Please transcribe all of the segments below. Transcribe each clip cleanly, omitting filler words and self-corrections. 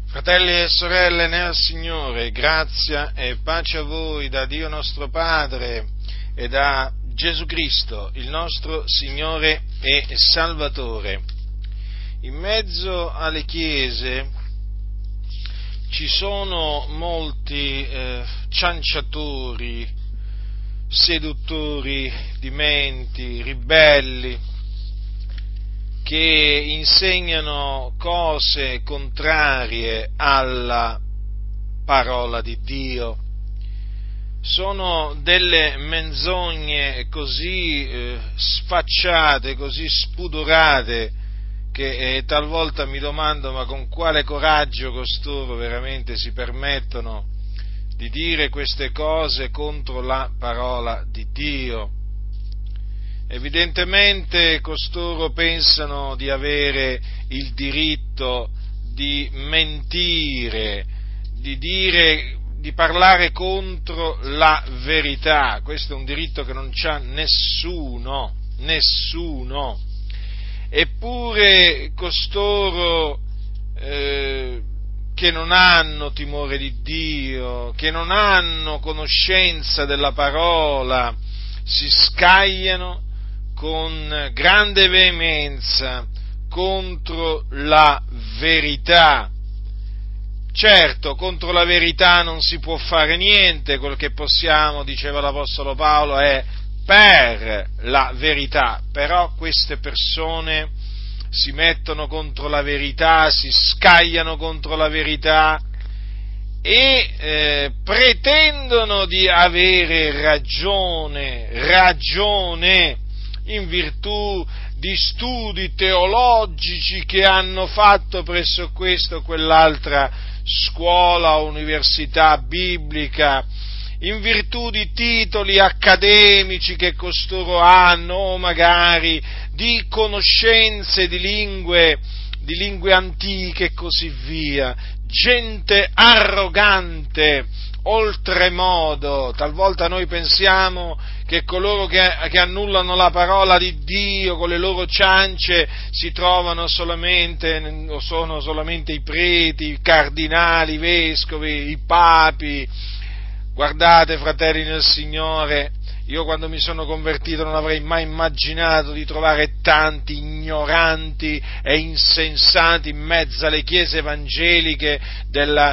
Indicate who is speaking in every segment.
Speaker 1: Fratelli e sorelle nel Signore, grazia e pace a voi da Dio nostro Padre e da Gesù Cristo, il nostro Signore e Salvatore. In mezzo alle chiese ci sono molti cianciatori, seduttori di menti, ribelli, che insegnano cose contrarie alla parola di Dio. Sono delle menzogne così sfacciate, così spudorate, che talvolta mi domando ma con quale coraggio costoro veramente si permettono di dire queste cose contro la parola di Dio. Evidentemente costoro pensano di avere il diritto di mentire, di parlare contro la verità. Questo è un diritto che non c'ha nessuno. Eppure costoro che non hanno timore di Dio, che non hanno conoscenza della parola, si scagliano con grande veemenza contro la verità. Certo, contro la verità non si può fare niente, quel che possiamo, diceva l'Apostolo Paolo, è per la verità, però queste persone si mettono contro la verità, si scagliano contro la verità e pretendono di avere ragione in virtù di studi teologici che hanno fatto presso questa o quell'altra scuola o università biblica, in virtù di titoli accademici che costoro hanno, o magari di conoscenze di lingue antiche e così via. Gente arrogante, oltremodo. Talvolta noi pensiamo che coloro che annullano la parola di Dio con le loro ciance si trovano solamente, o sono solamente i preti, i cardinali, i vescovi, i papi. Guardate, fratelli nel Signore, io quando mi sono convertito non avrei mai immaginato di trovare tanti ignoranti e insensati in mezzo alle chiese evangeliche della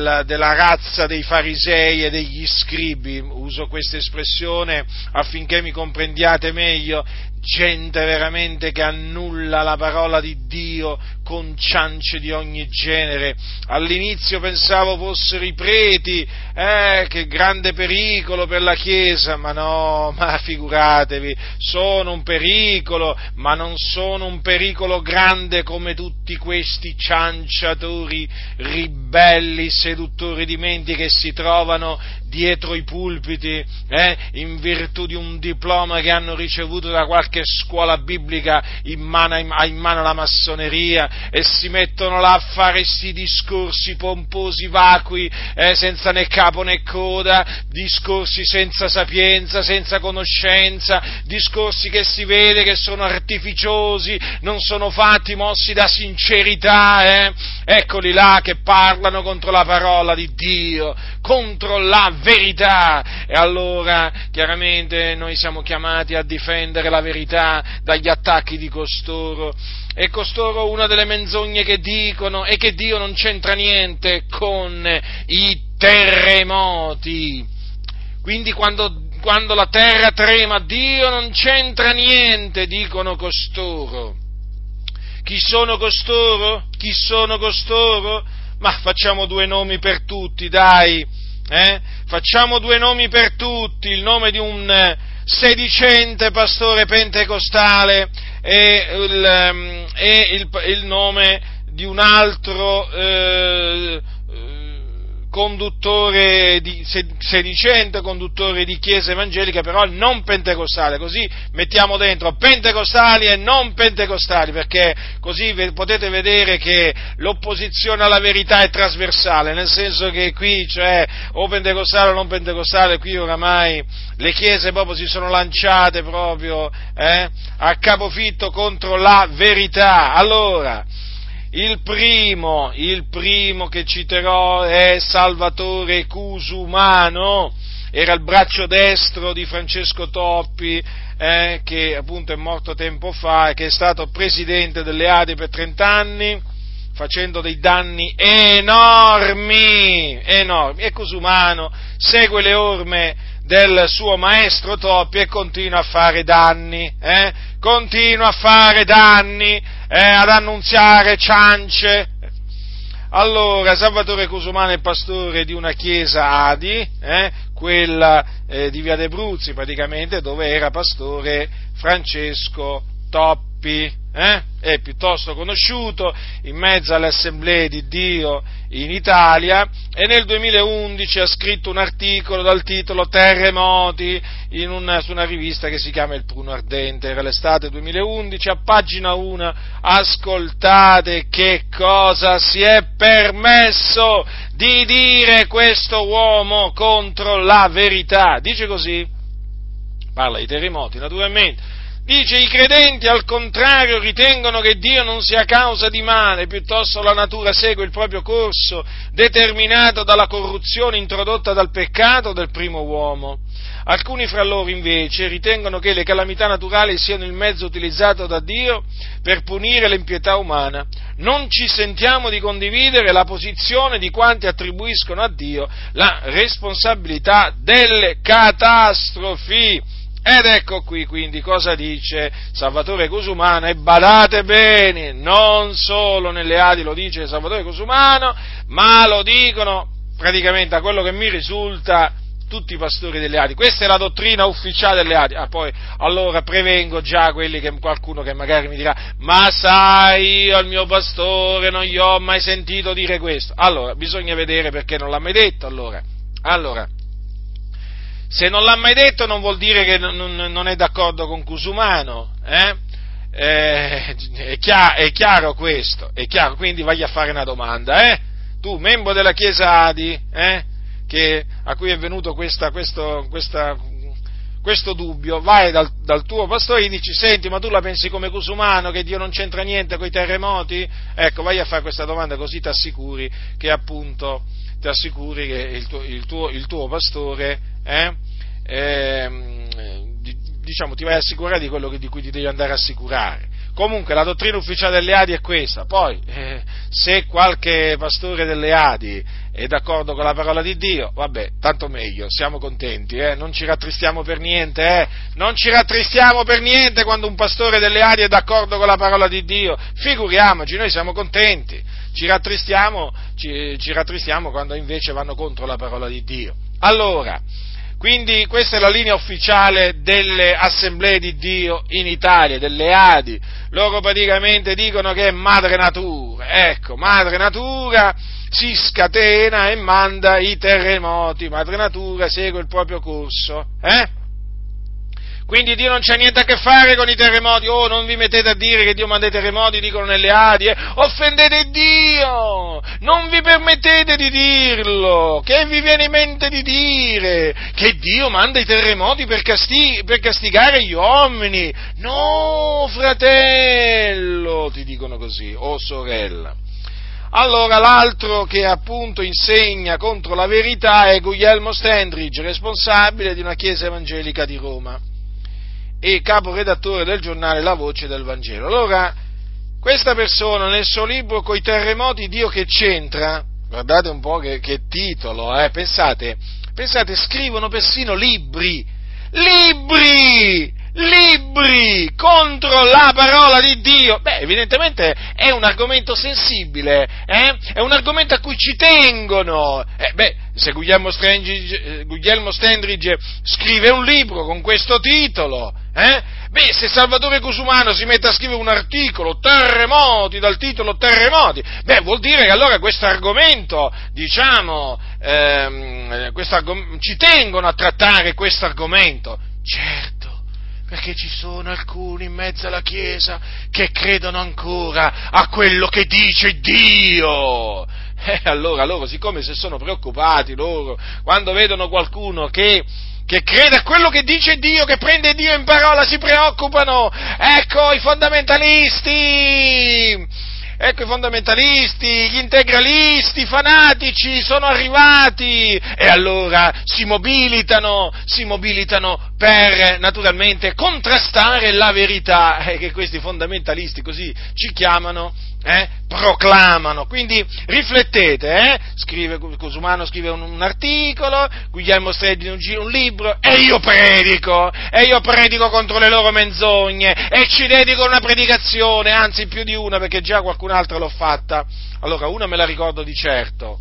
Speaker 1: razza dei farisei e degli scribi. Uso questa espressione affinché mi comprendiate meglio. Gente veramente che annulla la parola di Dio con ciance di ogni genere. All'inizio pensavo fossero i preti, che grande pericolo per la Chiesa, ma no, ma figuratevi, sono un pericolo, ma non sono un pericolo grande come tutti questi cianciatori, ribelli, seduttori di menti che si trovano dietro i pulpiti, in virtù di un diploma che hanno ricevuto da qualche scuola biblica in mano alla massoneria, e si mettono là a fare sti discorsi pomposi, vacui, senza né capo né coda, discorsi senza sapienza, senza conoscenza, discorsi che si vede che sono artificiosi, non sono fatti, mossi da sincerità, eccoli là che parlano contro la parola di Dio, contro la verità. E allora chiaramente noi siamo chiamati a difendere la verità dagli attacchi di costoro. E costoro, una delle menzogne che dicono è che Dio non c'entra niente con i terremoti. Quindi quando la terra trema, Dio non c'entra niente, dicono costoro. Chi sono costoro? Ma facciamo due nomi per tutti, dai, Facciamo due nomi per tutti, il nome di un sedicente pastore pentecostale e il nome di un altro sedicente conduttore di chiesa evangelica, però non pentecostale. Così mettiamo dentro pentecostali e non pentecostali, perché così potete vedere che l'opposizione alla verità è trasversale, nel senso che qui, cioè, o pentecostale o non pentecostale, qui oramai le chiese proprio si sono lanciate proprio a capofitto contro la verità. Allora, il primo che citerò è Salvatore Cusumano, era il braccio destro di Francesco Toppi, che appunto è morto tempo fa e che è stato presidente delle Adi per 30 anni, facendo dei danni enormi, e Cusumano segue le orme del suo maestro Toppi e continua a fare danni, ad annunziare ciance. Allora, Salvatore Cusumano è pastore di una chiesa Adi, quella di Via de' Bruzzi praticamente, dove era pastore Francesco Toppi, è piuttosto conosciuto in mezzo alle assemblee di Dio in Italia, e nel 2011 ha scritto un articolo dal titolo Terremoti su una rivista che si chiama Il Pruno Ardente. Era l'estate 2011, a pagina 1, ascoltate che cosa si è permesso di dire questo uomo contro la verità. Dice così, parla di terremoti naturalmente. Dice: i credenti al contrario ritengono che Dio non sia causa di male, piuttosto la natura segue il proprio corso determinato dalla corruzione introdotta dal peccato del primo uomo. Alcuni fra loro invece ritengono che le calamità naturali siano il mezzo utilizzato da Dio per punire l'impietà umana. Non ci sentiamo di condividere la posizione di quanti attribuiscono a Dio la responsabilità delle catastrofi. Ed ecco qui quindi cosa dice Salvatore Cusumano, e badate bene, non solo nelle Adi lo dice Salvatore Cusumano, ma lo dicono praticamente, a quello che mi risulta, tutti i pastori delle Adi. Questa è la dottrina ufficiale delle Adi. Poi, allora, prevengo già qualcuno che magari mi dirà: ma sai, io al mio pastore non gli ho mai sentito dire questo. Allora, bisogna vedere perché non l'ha mai detto, allora. Se non l'ha mai detto non vuol dire che non è d'accordo con Cusumano, è chiaro questo, è chiaro, quindi vai a fare una domanda, tu, membro della Chiesa Adi, a cui è venuto questo dubbio, vai dal tuo pastore e gli dici: senti, ma tu la pensi come Cusumano, che Dio non c'entra niente con i terremoti? Ecco, vai a fare questa domanda, così ti assicuri che il tuo pastore, diciamo, ti vai a assicurare di quello di cui ti devi andare a assicurare. Comunque la dottrina ufficiale delle Adi è questa. Poi, se qualche pastore delle Adi è d'accordo con la parola di Dio, vabbè, tanto meglio, siamo contenti, non ci rattristiamo per niente, non ci rattristiamo per niente quando un pastore delle Adi è d'accordo con la parola di Dio, figuriamoci, noi siamo contenti, ci rattristiamo quando invece vanno contro la parola di Dio. Allora, quindi questa è la linea ufficiale delle assemblee di Dio in Italia, delle Adi. Loro praticamente dicono che è madre natura, madre natura si scatena e manda i terremoti, madre natura segue il proprio corso, Quindi Dio non c'ha niente a che fare con i terremoti. Non vi mettete a dire che Dio manda i terremoti, dicono nelle Adi, offendete Dio, non vi permettete di dirlo, che vi viene in mente di dire che Dio manda i terremoti per castigare gli uomini? No, fratello, ti dicono così, o sorella. Allora, l'altro che appunto insegna contro la verità è Guglielmo Stendridge, responsabile di una chiesa evangelica di Roma e caporedattore del giornale La Voce del Vangelo. Allora, questa persona nel suo libro Coi terremoti Dio che c'entra, guardate un po' che titolo, pensate, scrivono persino libri contro la parola di Dio. Evidentemente è un argomento sensibile, è un argomento a cui ci tengono. Se Guglielmo Stendridge scrive un libro con questo titolo, se Salvatore Cusumano si mette a scrivere un articolo, terremoti, dal titolo terremoti, vuol dire che allora questo argomento, ci tengono a trattare questo argomento. Certo, perché ci sono alcuni in mezzo alla Chiesa che credono ancora a quello che dice Dio. Allora loro, siccome se sono preoccupati loro, quando vedono qualcuno che crede a quello che dice Dio, che prende Dio in parola, si preoccupano. Ecco, i fondamentalisti, ecco i fondamentalisti, gli integralisti, i fanatici sono arrivati e allora si mobilitano per naturalmente contrastare la verità che questi fondamentalisti così ci chiamano, proclamano. Quindi riflettete, Cosumano scrive un articolo, Guglielmo Streddi un libro e io predico contro le loro menzogne e ci dedico una predicazione, anzi più di una, perché già qualcun altro l'ho fatta. Allora, una me la ricordo di certo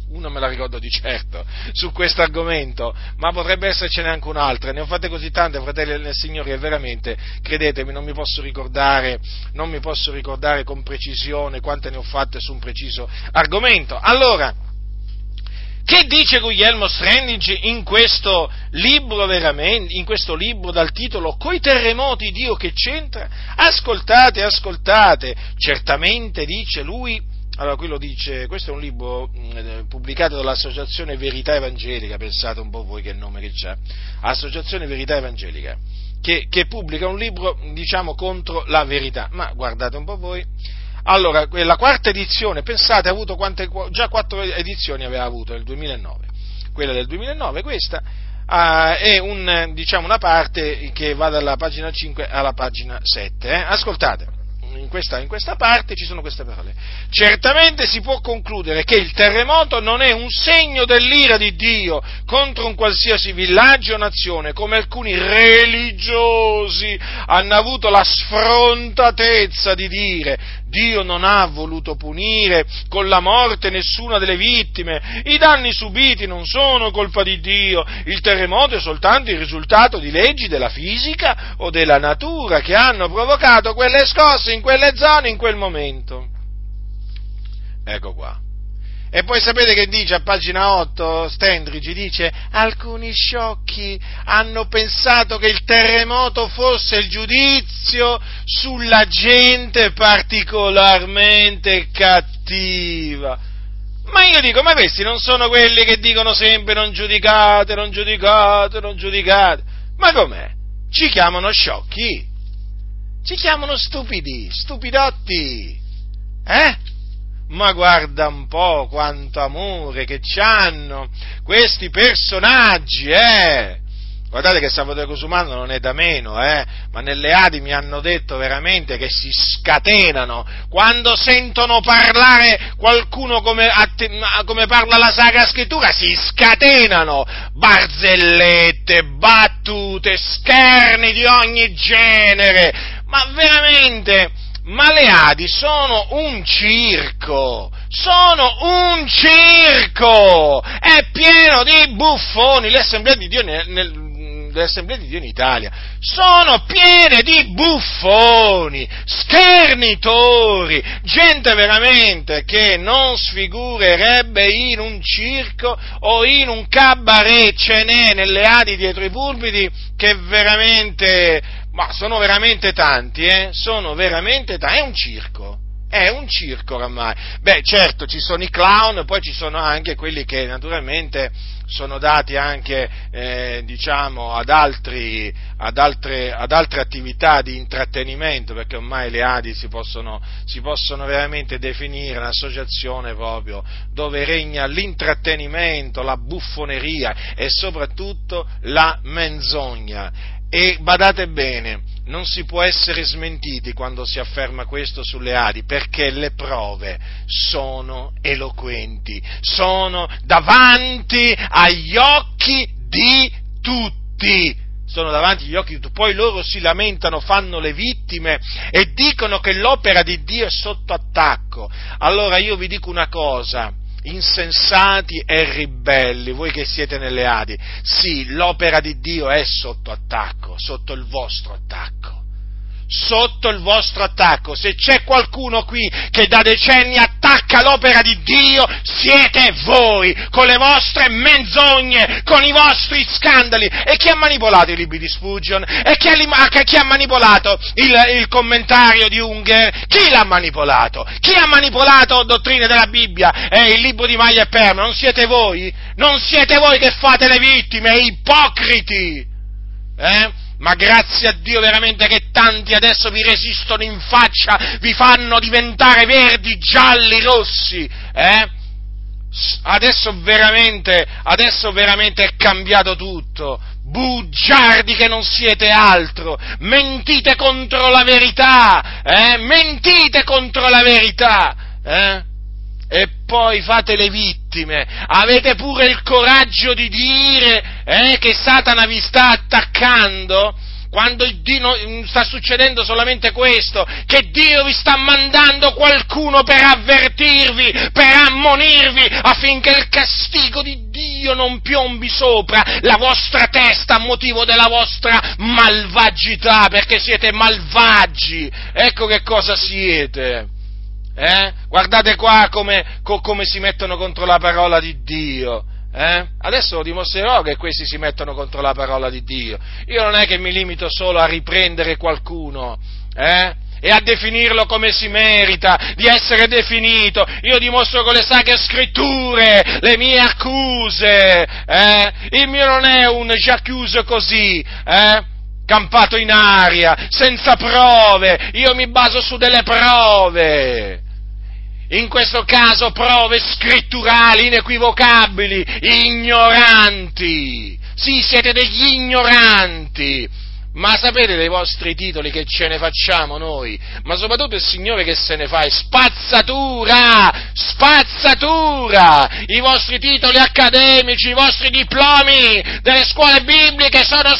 Speaker 1: su questo argomento, ma potrebbe essercene anche un'altra. Ne ho fatte così tante, fratelli del Signore, e veramente, credetemi, non mi posso ricordare con precisione quante ne ho fatte su un preciso argomento. Allora, che dice Guglielmo Strendig in questo libro dal titolo Coi terremoti Dio che c'entra? Ascoltate, certamente dice lui. Allora, qui lo dice, questo è un libro pubblicato dall'Associazione Verità Evangelica, pensate un po' voi che nome che c'ha, Associazione Verità Evangelica, che pubblica un libro, contro la verità, ma guardate un po' voi. Allora, la quarta edizione, pensate, ha avuto già 4 edizioni aveva avuto nel 2009, quella del 2009, questa è una parte che va dalla pagina 5 alla pagina 7, ascoltate. In questa parte ci sono queste parole. Certamente si può concludere che il terremoto non è un segno dell'ira di Dio contro un qualsiasi villaggio o nazione, come alcuni religiosi hanno avuto la sfrontatezza di dire. Dio non ha voluto punire con la morte nessuna delle vittime, i danni subiti non sono colpa di Dio, il terremoto è soltanto il risultato di leggi della fisica o della natura che hanno provocato quelle scosse in quelle zone in quel momento. Ecco qua. E poi sapete che dice a pagina 8, Stendrigi dice, alcuni sciocchi hanno pensato che il terremoto fosse il giudizio sulla gente particolarmente cattiva. Ma io dico, ma questi non sono quelli che dicono sempre non giudicate. Ma com'è? Ci chiamano sciocchi? Ci chiamano stupidotti? Ma guarda un po' quanto amore che c'hanno questi personaggi, Guardate che Salvatore Cosumano non è da meno, ma nelle Adi mi hanno detto veramente che si scatenano quando sentono parlare qualcuno come parla la Sacra Scrittura, si scatenano, barzellette, battute, scherni di ogni genere, ma veramente. Ma le Adi sono un circo, è pieno di buffoni, le assemblee di Dio in Italia sono piene di buffoni, schernitori, gente veramente che non sfigurerebbe in un circo o in un cabaret, ce n'è nelle Adi dietro i pulpiti che veramente. Ma sono veramente tanti, sono veramente tanti, è un circo oramai. Beh, certo, ci sono i clown, poi ci sono anche quelli che naturalmente sono dati anche, ad altre attività di intrattenimento, perché ormai le Adi si possono veramente definire un'associazione proprio dove regna l'intrattenimento, la buffoneria e soprattutto la menzogna. E badate bene, non si può essere smentiti quando si afferma questo sulle Adi, perché le prove sono eloquenti, sono davanti agli occhi di tutti. Poi loro si lamentano, fanno le vittime e dicono che l'opera di Dio è sotto attacco. Allora io vi dico una cosa, insensati e ribelli, voi che siete nelle Adi, sì, l'opera di Dio è sotto attacco, sotto il vostro attacco. Se c'è qualcuno qui che da decenni attacca l'opera di Dio, siete voi, con le vostre menzogne, con i vostri scandali. E chi ha manipolato i libri di Spurgeon? E chi ha manipolato il commentario di Unger? Chi l'ha manipolato? Chi ha manipolato dottrine della Bibbia e il libro di Maglia e Perma? Non siete voi? Non siete voi che fate le vittime, ipocriti! Ma grazie a Dio veramente che tanti adesso vi resistono in faccia, vi fanno diventare verdi, gialli, rossi, Adesso veramente è cambiato tutto. Bugiardi che non siete altro, mentite contro la verità, mentite contro la verità, E poi fate le vittime, avete pure il coraggio di dire, che Satana vi sta attaccando, quando sta succedendo solamente questo, che Dio vi sta mandando qualcuno per avvertirvi, per ammonirvi, affinché il castigo di Dio non piombi sopra la vostra testa a motivo della vostra malvagità, perché siete malvagi, ecco che cosa siete. Guardate qua come si mettono contro la parola di Dio. Adesso lo dimostrerò che questi si mettono contro la parola di Dio. Io non è che mi limito solo a riprendere qualcuno, e a definirlo come si merita di essere definito. Io dimostro con le sacre scritture le mie accuse. Il mio non è un j'accuse così, campato in aria, senza prove. Io mi baso su delle prove. In questo caso prove scritturali, inequivocabili, ignoranti. Sì, siete degli ignoranti. Ma sapete dei vostri titoli che ce ne facciamo noi? Ma soprattutto il Signore che se ne fa? È spazzatura! Spazzatura! I vostri titoli accademici, i vostri diplomi delle scuole bibliche sono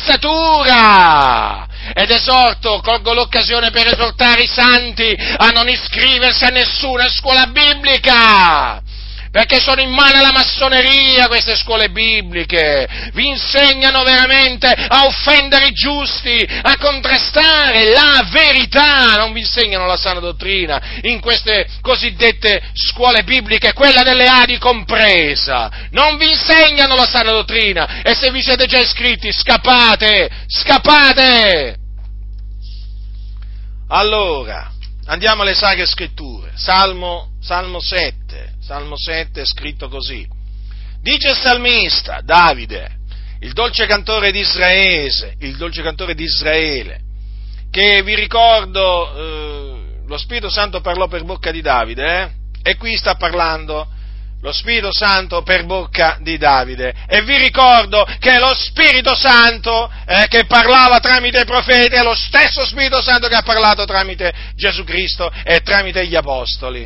Speaker 1: spazzatura! Ed colgo l'occasione per esortare i santi a non iscriversi a nessuna scuola biblica, perché sono in mano alla massoneria queste scuole bibliche, vi insegnano veramente a offendere i giusti, a contrastare la verità, non vi insegnano la sana dottrina in queste cosiddette scuole bibliche, quella delle Adi compresa, non vi insegnano la sana dottrina, e se vi siete già iscritti scappate! Allora, andiamo alle Sacre Scritture, Salmo 7 è scritto così. Dice il salmista, Davide, il dolce cantore di Israele, che vi ricordo, lo Spirito Santo parlò per bocca di Davide, e qui sta parlando lo Spirito Santo per bocca di Davide, e vi ricordo che lo Spirito Santo che parlava tramite i profeti è lo stesso Spirito Santo che ha parlato tramite Gesù Cristo e tramite gli Apostoli,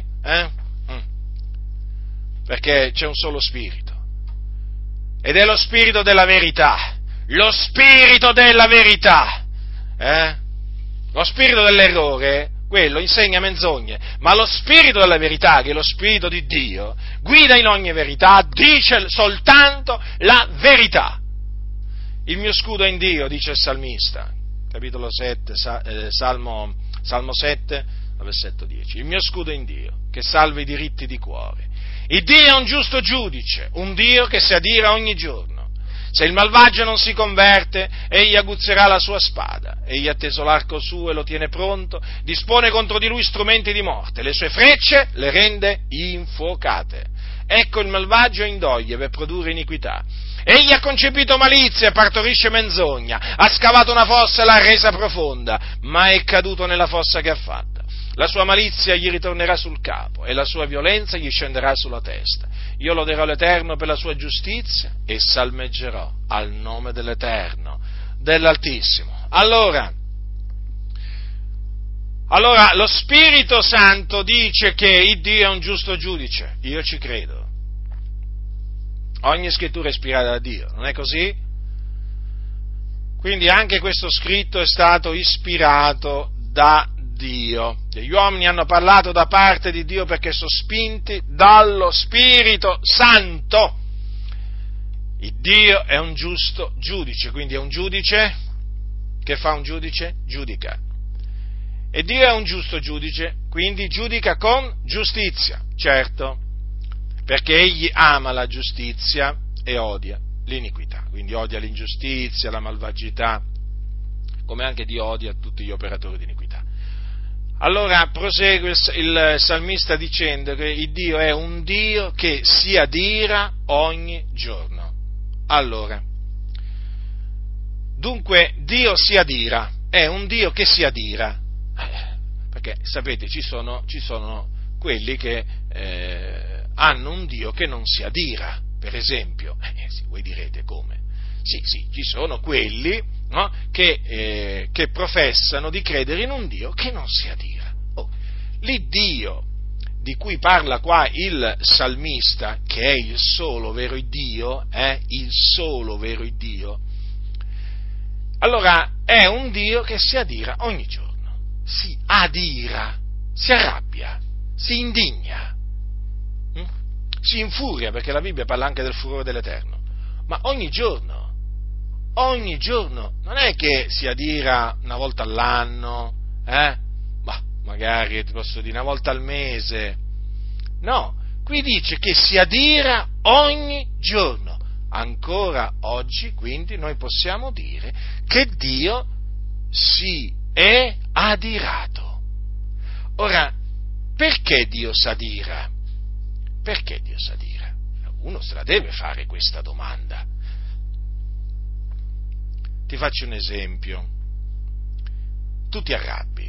Speaker 1: perché c'è un solo Spirito, ed è lo Spirito della verità, lo Spirito della verità, lo Spirito dell'errore, quello insegna menzogne, ma lo Spirito della verità, che è lo Spirito di Dio, guida in ogni verità, dice soltanto la verità. Il mio scudo è in Dio, dice il salmista, capitolo 7, Salmo 7, versetto 10. Il mio scudo è in Dio, che salva i diritti di cuore. Il Dio è un giusto giudice, un Dio che si adira ogni giorno. Se il malvagio non si converte, egli aguzzerà la sua spada, egli ha teso l'arco suo e lo tiene pronto, dispone contro di lui strumenti di morte, le sue frecce le rende infuocate. Ecco il malvagio indoglie per produrre iniquità. Egli ha concepito malizia e partorisce menzogna, ha scavato una fossa e l'ha resa profonda, ma è caduto nella fossa che ha fatta. La sua malizia gli ritornerà sul capo e la sua violenza gli scenderà sulla testa. Io loderò l'Eterno per la sua giustizia e salmeggerò al nome dell'Eterno, dell'Altissimo. Allora, lo Spirito Santo dice che il Dio è un giusto giudice, io ci credo. Ogni scrittura è ispirata da Dio, non è così? Quindi anche questo scritto è stato ispirato da Dio. Gli uomini hanno parlato da parte di Dio perché sono spinti dallo Spirito Santo. Il Dio è un giusto giudice, quindi è un giudice. Che fa un giudice? Giudica. E Dio è un giusto giudice, quindi giudica con giustizia, certo, perché egli ama la giustizia e odia l'iniquità, quindi odia l'ingiustizia, la malvagità, come anche Dio odia tutti gli operatori di iniquità. Allora prosegue il salmista dicendo che il Dio è un Dio che si adira ogni giorno. Allora, Dunque, Dio si adira, è un Dio che si adira, perché sapete ci sono quelli che hanno un Dio che non si adira, per esempio, sì, voi direte come? Sì, ci sono quelli, no, che professano di credere in un Dio che non si adira. L'Iddio di cui parla qua il salmista, che è il solo vero Dio, il solo vero Dio, allora è un Dio che si adira ogni giorno, si adira, si arrabbia, si indigna, si infuria, perché la Bibbia parla anche del furore dell'Eterno, ma ogni giorno, non è che si adira una volta all'anno, ma magari ti posso dire una volta al mese, no, qui dice che si adira ogni giorno. Ancora oggi, quindi, noi possiamo dire che Dio si è adirato. Ora, perché Dio s'adira? Perché Dio s'adira? Uno se la deve fare questa domanda. Ti faccio un esempio. Tu ti arrabbi,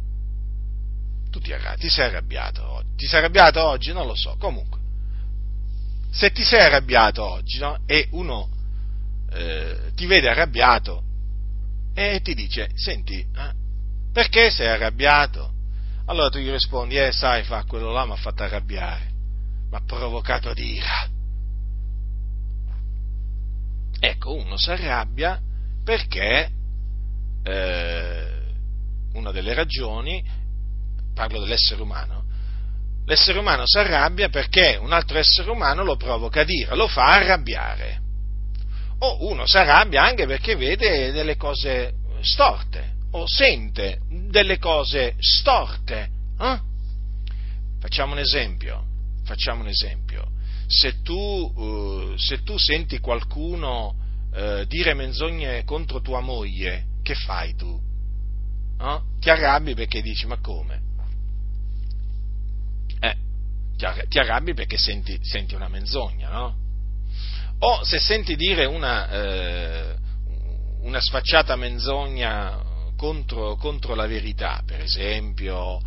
Speaker 1: ti sei arrabbiato oggi. Ti sei arrabbiato oggi? Non lo so, comunque. Se ti sei arrabbiato oggi, no? E uno ti vede arrabbiato e ti dice, senti, perché sei arrabbiato? Allora tu gli rispondi, sai, quello là mi ha fatto arrabbiare, mi ha provocato ad ira. Ecco, uno si arrabbia perché una delle ragioni, parlo dell'essere umano, l'essere umano si arrabbia perché un altro essere umano lo provoca ad ira, lo fa arrabbiare. O uno si arrabbia anche perché vede delle cose storte, o sente delle cose storte. Facciamo un esempio. Se tu senti qualcuno dire menzogne contro tua moglie, che fai tu? Ti arrabbi perché dici, ma come? Ti arrabbi perché senti una menzogna, no? O se senti dire una sfacciata menzogna contro la verità, per esempio,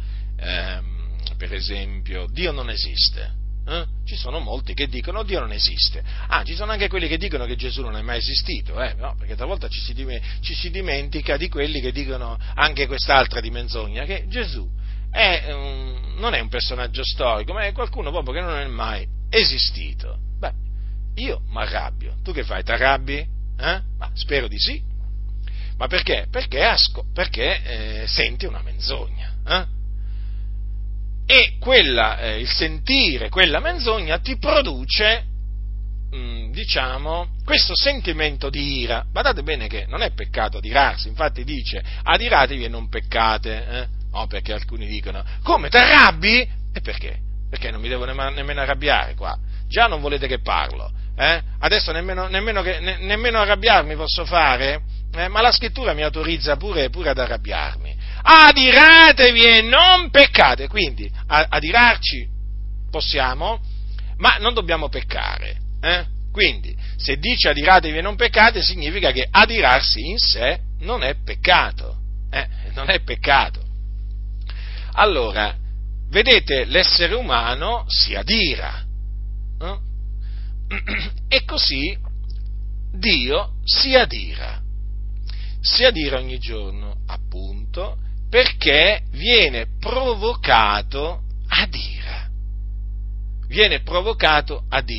Speaker 1: Dio non esiste. Ci sono molti che dicono Dio non esiste. Ci sono anche quelli che dicono che Gesù non è mai esistito, no? Perché talvolta ci si dimentica di quelli che dicono anche quest'altra di menzogna, che Gesù non è un personaggio storico, ma è qualcuno proprio che non è mai esistito. Beh, io mi arrabbio. Tu che fai? Ti arrabbi? Ma spero di sì. Ma perché? Perché senti una menzogna. E il sentire quella menzogna ti produce, questo sentimento di ira. Badate bene che non è peccato adirarsi, infatti dice, adiratevi e non peccate. No, perché alcuni dicono, come, ti arrabbi? E perché? Perché non mi devo nemmeno arrabbiare qua. Già non volete che parlo, Adesso nemmeno arrabbiarmi posso fare? Ma la scrittura mi autorizza pure ad arrabbiarmi. Adiratevi e non peccate, quindi adirarci possiamo, ma non dobbiamo peccare, Quindi, se dice adiratevi e non peccate, significa che adirarsi in sé non è peccato, non è peccato. Allora, vedete, l'essere umano si adira, e così Dio si adira ogni giorno, appunto, perché viene provocato ad ira. Viene provocato ad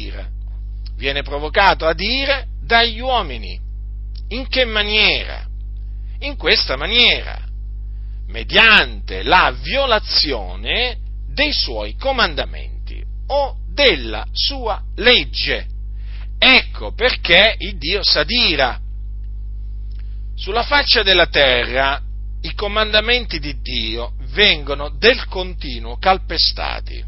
Speaker 1: ira dagli uomini. In che maniera? In questa maniera, mediante la violazione dei suoi comandamenti o della sua legge. Ecco perché il Dio s'adira. Sulla faccia della terra i comandamenti di Dio vengono del continuo calpestati,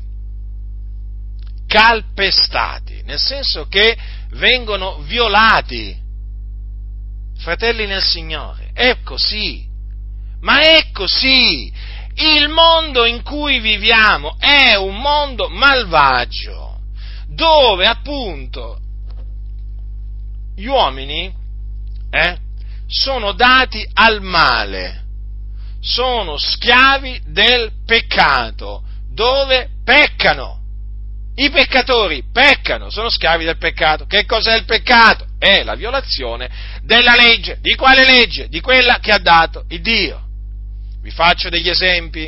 Speaker 1: nel senso che vengono violati. Fratelli nel Signore, è così, ma è così. Il mondo in cui viviamo è un mondo malvagio, dove appunto gli uomini sono dati al male, sono schiavi del peccato, dove peccano. I peccatori peccano, sono schiavi del peccato. Che cos'è il peccato? È la violazione della legge. Di quale legge? Di quella che ha dato il Dio. Vi faccio degli esempi,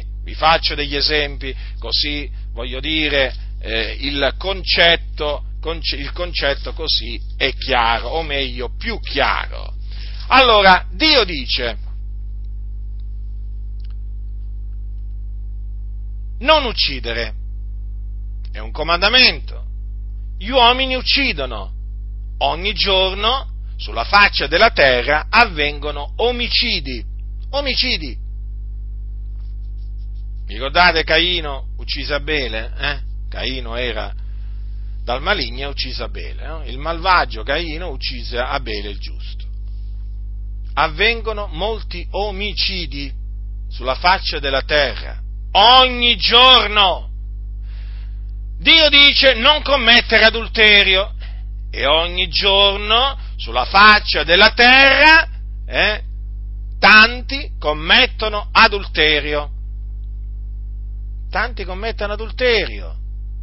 Speaker 1: così voglio dire il concetto così è chiaro, o meglio, più chiaro. Allora, Dio dice: non uccidere. È un comandamento. Gli uomini uccidono. Ogni giorno sulla faccia della terra avvengono omicidi. Omicidi. Vi ricordate Caino uccise Abele? Caino era dal maligno e uccise Abele. No? Il malvagio Caino uccise Abele il giusto. Avvengono molti omicidi sulla faccia della terra. Ogni giorno. Dio dice non commettere adulterio, e ogni giorno sulla faccia della terra tanti commettono adulterio. Tanti commettono adulterio.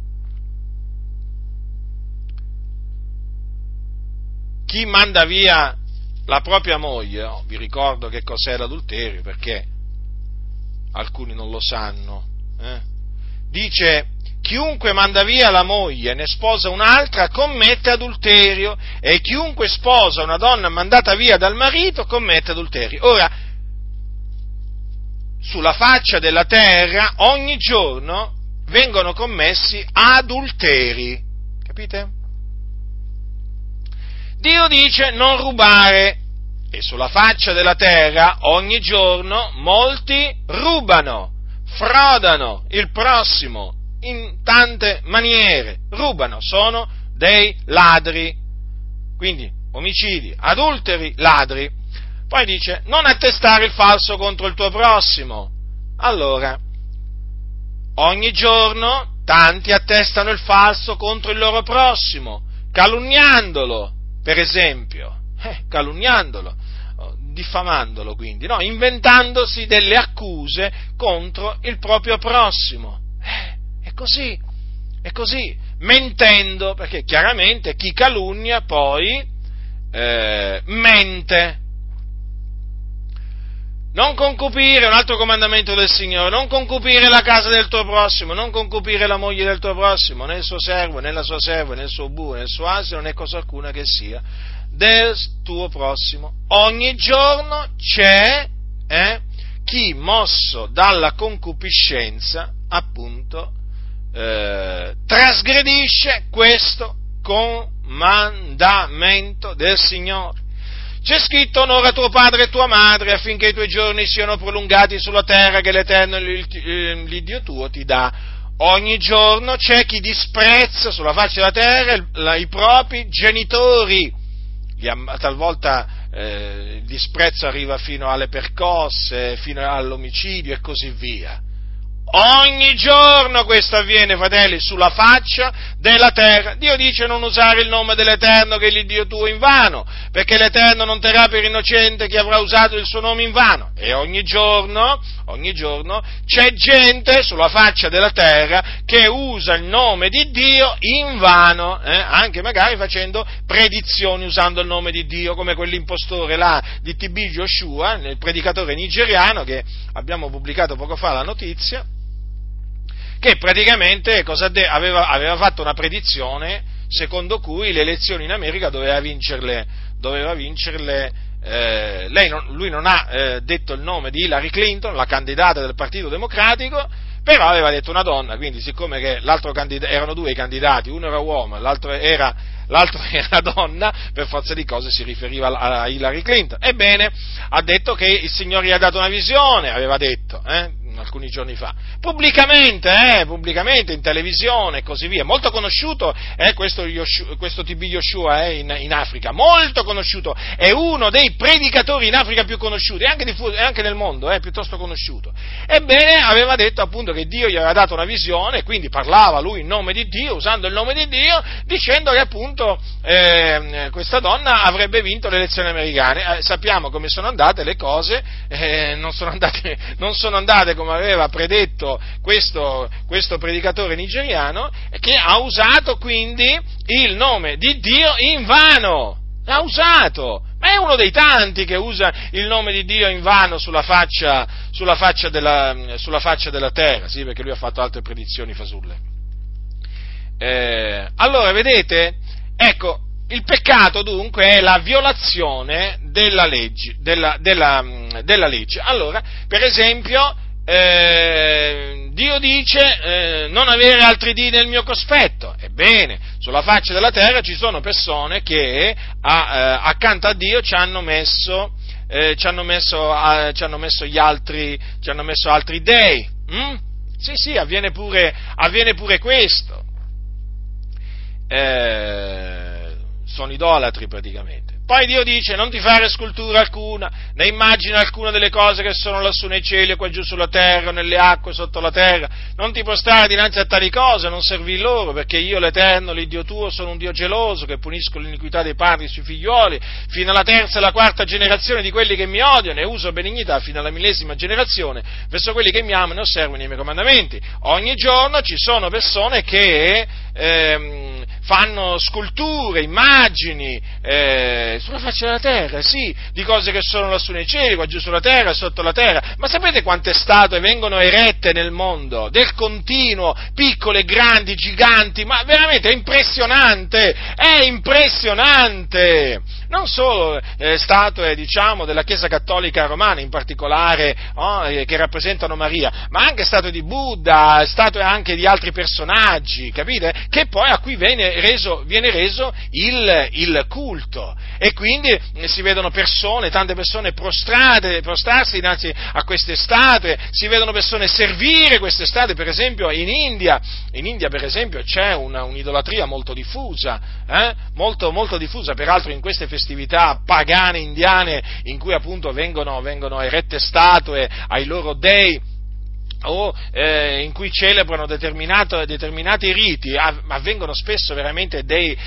Speaker 1: Chi manda via la propria moglie, vi ricordo che cos'è l'adulterio perché alcuni non lo sanno, dice: chiunque manda via la moglie e ne sposa un'altra commette adulterio, e chiunque sposa una donna mandata via dal marito commette adulterio. Ora, sulla faccia della terra ogni giorno vengono commessi adulteri, capite? Dio dice non rubare, e sulla faccia della terra ogni giorno molti rubano, frodano il prossimo in tante maniere, rubano, sono dei ladri, quindi omicidi, adulteri, ladri. Poi dice non attestare il falso contro il tuo prossimo. Allora, ogni giorno tanti attestano il falso contro il loro prossimo, calunniandolo, per esempio, calunniandolo, diffamandolo quindi, no? Inventandosi delle accuse contro il proprio prossimo. È così, mentendo, perché chiaramente chi calunnia poi mente. Non concupire, un altro comandamento del Signore, non concupire la casa del tuo prossimo, non concupire la moglie del tuo prossimo, né il suo servo, né la sua serva, né il suo bue, né il suo asino, né cosa alcuna che sia del tuo prossimo. Ogni giorno c'è chi, mosso dalla concupiscenza, appunto, trasgredisce questo comandamento del Signore. C'è scritto: onora tuo padre e tua madre affinché i tuoi giorni siano prolungati sulla terra che l'Eterno, l'Iddio tuo, ti dà. Ogni giorno c'è chi disprezza sulla faccia della terra i propri genitori. Talvolta il disprezzo arriva fino alle percosse, fino all'omicidio e così via. Ogni giorno questo avviene, fratelli, sulla faccia della terra. Dio dice non usare il nome dell'Eterno che è l'Iddio tuo in vano, perché l'Eterno non terrà per innocente chi avrà usato il suo nome in vano. E ogni giorno c'è gente sulla faccia della terra che usa il nome di Dio in vano, anche magari facendo predizioni usando il nome di Dio, come quell'impostore là di TB Joshua, il predicatore nigeriano, che abbiamo pubblicato poco fa la notizia, che praticamente aveva fatto una predizione secondo cui le elezioni in America doveva vincerle lui non ha detto il nome di Hillary Clinton, la candidata del Partito Democratico, però aveva detto una donna, quindi siccome che l'altro erano due i candidati, uno era uomo e l'altro era donna, per forza di cose si riferiva a Hillary Clinton. Ebbene, ha detto che il Signore gli ha dato una visione, aveva detto, alcuni giorni fa, pubblicamente in televisione e così via. Molto conosciuto è questo TB Joshua in Africa, molto conosciuto, è uno dei predicatori in Africa più conosciuti, e anche nel mondo è piuttosto conosciuto. Ebbene, aveva detto appunto che Dio gli aveva dato una visione, e quindi parlava lui in nome di Dio, usando il nome di Dio, dicendo che appunto questa donna avrebbe vinto le elezioni americane. Sappiamo come sono andate le cose, non sono andate come aveva predetto questo predicatore nigeriano, che ha usato quindi il nome di Dio in vano. L'ha usato, ma è uno dei tanti che usa il nome di Dio in vano sulla faccia della terra, sì, perché lui ha fatto altre predizioni fasulle. Allora, vedete, ecco, il peccato dunque è la violazione della legge. Allora, per esempio, Dio dice non avere altri dì nel mio cospetto. Ebbene, sulla faccia della terra ci sono persone che accanto a Dio ci hanno messo altri dei. Sì, avviene pure questo. Sono idolatri praticamente. Poi Dio dice: non ti fare scultura alcuna, né immagine alcuna delle cose che sono lassù nei cieli, o qua giù sulla terra, nelle acque sotto la terra. Non ti prostrare dinanzi a tali cose, non servi loro, perché io, l'Eterno, l'Iddio tuo, sono un Dio geloso, che punisco l'iniquità dei padri sui figlioli, fino alla terza e alla quarta generazione di quelli che mi odiano, e uso benignità fino alla 1000ª generazione verso quelli che mi amano e osservano i miei comandamenti. Ogni giorno ci sono persone che fanno sculture, immagini, sulla faccia della terra, sì, di cose che sono lassù nei cieli, qua giù sulla terra, sotto la terra. Ma sapete quante statue vengono erette nel mondo? Del continuo, piccole, grandi, giganti, ma veramente è impressionante! Non solo statue, diciamo, della Chiesa Cattolica Romana, in particolare, che rappresentano Maria, ma anche statue di Buddha, statue anche di altri personaggi, capite? Che poi a cui viene reso il culto. E quindi si vedono tante persone prostrarsi dinanzi a queste statue, si vedono persone servire queste statue. Per esempio in India per esempio c'è un'idolatria molto diffusa, molto diffusa, peraltro in queste festività pagane indiane, in cui appunto vengono erette statue ai loro dei, o in cui celebrano determinati riti, avvengono spesso veramente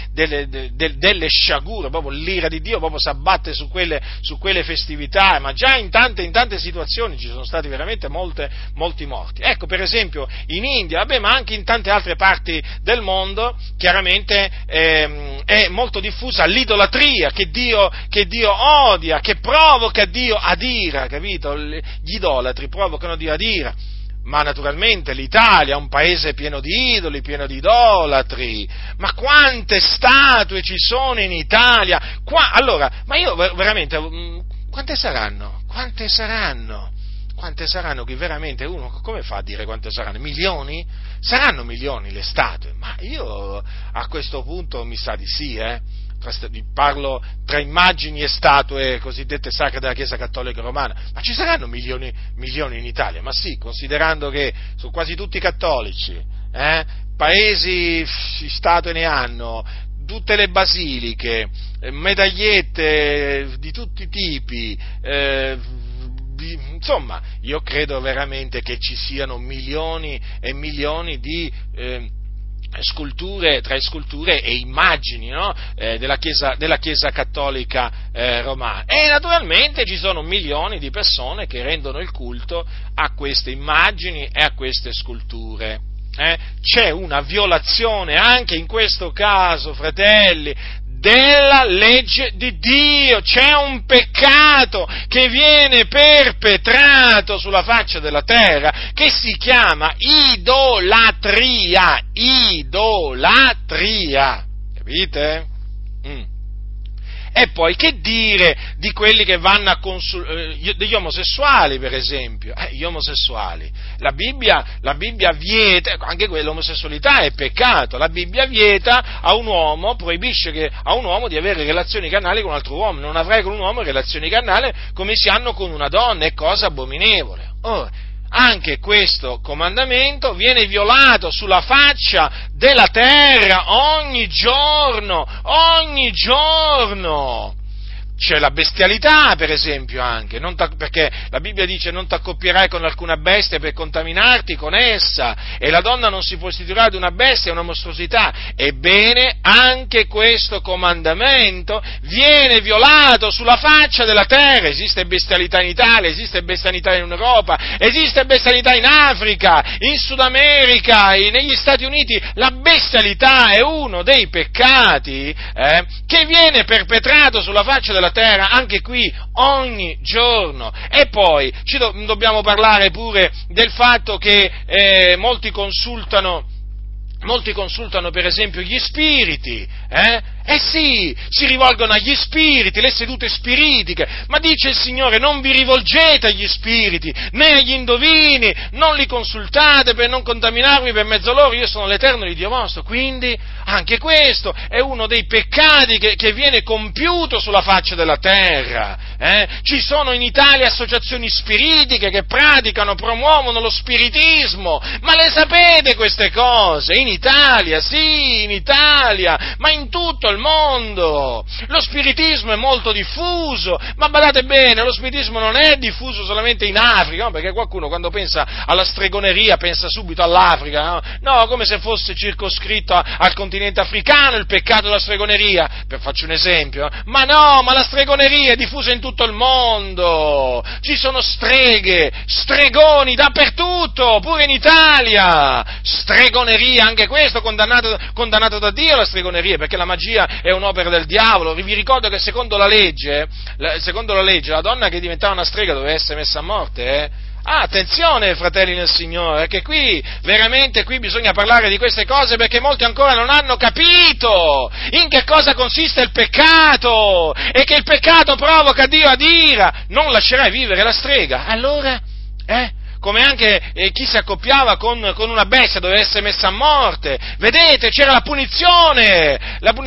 Speaker 1: delle sciagure, proprio l'ira di Dio proprio si abbatte su quelle festività, ma già in tante situazioni ci sono stati veramente molti morti. Ecco, per esempio in India, ma anche in tante altre parti del mondo, chiaramente è molto diffusa l'idolatria che Dio odia, che provoca Dio ad ira, capito? Gli idolatri provocano Dio ad ira. Ma naturalmente l'Italia è un paese pieno di idoli, pieno di idolatri. Ma quante statue ci sono in Italia? Allora, ma io veramente, quante saranno? Quante saranno che veramente uno come fa a dire quante saranno? Milioni? Saranno milioni le statue? Ma io a questo punto mi sa di sì, Parlo tra immagini e statue cosiddette sacre della Chiesa Cattolica Romana, ma ci saranno milioni in Italia? Ma sì, considerando che sono quasi tutti cattolici, paesi statue ne hanno, tutte le basiliche, medagliette di tutti i tipi, insomma, io credo veramente che ci siano milioni e milioni di sculture e immagini, no? della Chiesa Cattolica Romana, e naturalmente ci sono milioni di persone che rendono il culto a queste immagini e a queste sculture. C'è una violazione anche in questo caso, fratelli, della legge di Dio. C'è un peccato che viene perpetrato sulla faccia della terra che si chiama idolatria, capite? E poi che dire di quelli che vanno a degli omosessuali, per esempio, gli omosessuali, la Bibbia vieta, anche l'omosessualità è peccato, la Bibbia vieta a un uomo, proibisce a un uomo di avere relazioni carnali con un altro uomo, non avrai con un uomo relazioni carnali come si hanno con una donna, è cosa abominevole. anche questo comandamento viene violato sulla faccia della terra ogni giorno. C'è la bestialità, per esempio, anche, perché la Bibbia dice non t'accoppierai con alcuna bestia per contaminarti con essa, e la donna non si prostituirà ad una bestia, è una mostruosità. Ebbene, anche questo comandamento viene violato sulla faccia della terra. Esiste bestialità in Italia, esiste bestialità in Europa, esiste bestialità in Africa, in Sud America, negli Stati Uniti. La bestialità è uno dei peccati che viene perpetrato sulla faccia della terra, anche qui, ogni giorno. E poi dobbiamo parlare pure del fatto che molti consultano per esempio gli spiriti, sì, si rivolgono agli spiriti, le sedute spiritiche, ma dice il Signore: non vi rivolgete agli spiriti, né agli indovini, non li consultate per non contaminarvi per mezzo loro, io sono l'Eterno di Dio vostro. Quindi anche questo è uno dei peccati che viene compiuto sulla faccia della terra. Ci sono in Italia associazioni spiritiche che praticano, promuovono lo spiritismo, ma le sapete queste cose? In Italia, sì, in Italia, ma in tutto il mondo. Lo spiritismo è molto diffuso, ma badate bene, lo spiritismo non è diffuso solamente in Africa, no? Perché qualcuno quando pensa alla stregoneria pensa subito all'Africa, no, come se fosse circoscritto al continente africano il peccato della stregoneria, faccio un esempio, ma no, ma la stregoneria è diffusa in tutto il mondo, ci sono streghe, stregoni dappertutto, pure in Italia, stregoneria, anche questo condannato da Dio, la stregoneria, perché la magia è un'opera del diavolo. Vi ricordo che secondo la legge la donna che diventava una strega doveva essere messa a morte, attenzione, fratelli nel Signore, che qui bisogna parlare di queste cose, perché molti ancora non hanno capito in che cosa consiste il peccato, e che il peccato provoca Dio ad ira. Non lascerai vivere la strega, allora, come anche chi si accoppiava con una bestia doveva essere messa a morte. Vedete, c'era la punizione,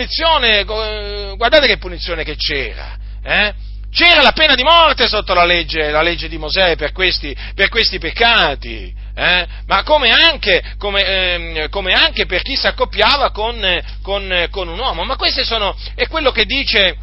Speaker 1: guardate che punizione che c'era, C'era la pena di morte sotto la legge di Mosè per questi peccati, ma come anche per chi si accoppiava con un uomo. Ma è quello che dice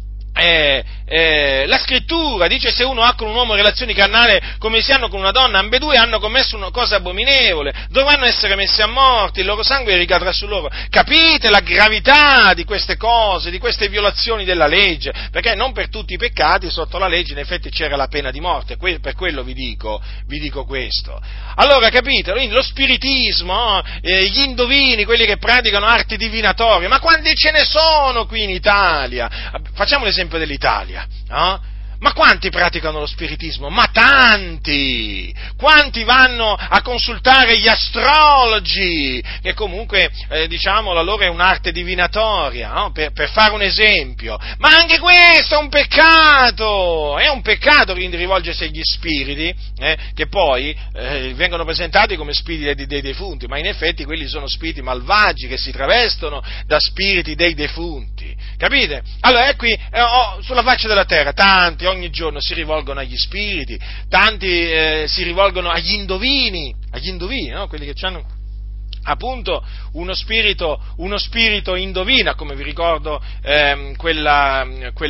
Speaker 1: la scrittura, dice: se uno ha con un uomo relazioni carnali come si hanno con una donna, ambedue hanno commesso una cosa abominevole, dovranno essere messi a morte, il loro sangue ricadrà su loro. Capite la gravità di queste cose, di queste violazioni della legge? Perché non per tutti i peccati sotto la legge in effetti c'era la pena di morte, per quello vi dico questo. Allora, capite, lo spiritismo, gli indovini, quelli che praticano arti divinatorie, ma quanti ce ne sono qui in Italia? Facciamo l'esempio dell'Italia, no? Ma quanti praticano lo spiritismo? Ma tanti! Quanti vanno a consultare gli astrologi, che comunque, la loro è un'arte divinatoria, no? Per fare un esempio. Ma anche questo è un peccato rivolgersi agli spiriti, che poi vengono presentati come spiriti dei defunti, ma in effetti quelli sono spiriti malvagi che si travestono da spiriti dei defunti. Capite? Allora, qui, sulla faccia della terra, tanti ogni giorno si rivolgono agli spiriti, tanti si rivolgono agli indovini, no? Quelli che hanno appunto uno spirito indovina, come vi ricordo quella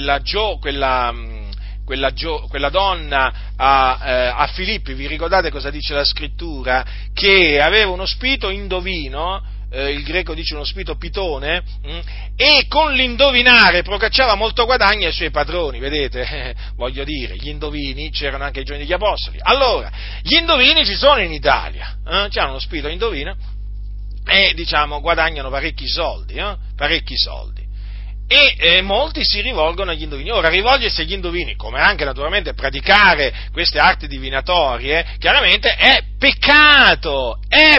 Speaker 1: donna a Filippi. Vi ricordate cosa dice la scrittura? Che aveva uno spirito indovino, il greco dice uno spirito pitone, e con l'indovinare procacciava molto guadagno ai suoi padroni. Vedete? Voglio dire, gli indovini c'erano anche ai giorni degli apostoli. Allora, gli indovini ci sono in Italia, c'hanno uno spirito indovino e guadagnano parecchi soldi. E molti si rivolgono agli indovini. Ora, rivolgersi agli indovini, come anche naturalmente praticare queste arti divinatorie, chiaramente è peccato!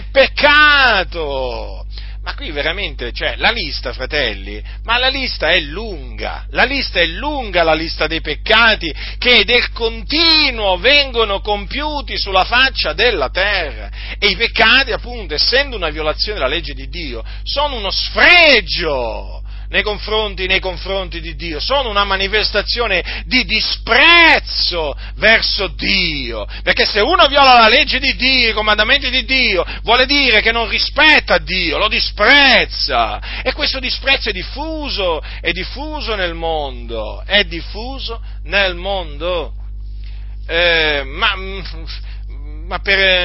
Speaker 1: Ma qui veramente, la lista, fratelli, ma la lista è lunga, la lista dei peccati che del continuo vengono compiuti sulla faccia della terra. E i peccati, appunto, essendo una violazione della legge di Dio, sono uno sfregio nei confronti di Dio, sono una manifestazione di disprezzo verso Dio, perché se uno viola la legge di Dio, i comandamenti di Dio, vuole dire che non rispetta Dio, lo disprezza, e questo disprezzo è diffuso nel mondo, ma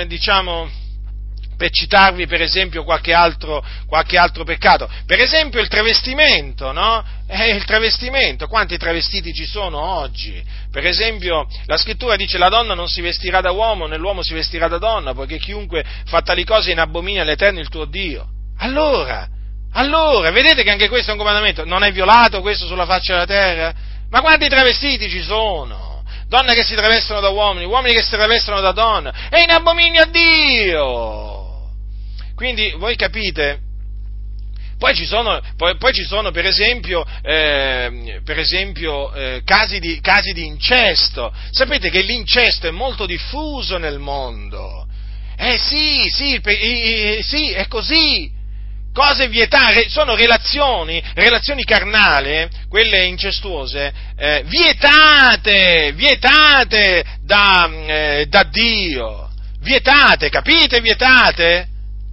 Speaker 1: per citarvi per esempio qualche altro peccato, per esempio il travestimento, no? Il travestimento, quanti travestiti ci sono oggi? Per esempio la scrittura dice: la donna non si vestirà da uomo, né l'uomo si vestirà da donna, poiché chiunque fa tali cose in abominio all'Eterno il tuo Dio. Allora, vedete che anche questo è un comandamento? Non è violato questo sulla faccia della terra? Ma quanti travestiti ci sono? Donne che si travestono da uomini che si travestono da donne, è in abominio a Dio! Quindi voi capite, poi ci sono per esempio casi di incesto. Sapete che l'incesto è molto diffuso nel mondo. Sì, è così. Cose vietate, sono relazioni carnali, quelle incestuose, vietate da Dio. Vietate, capite? Vietate?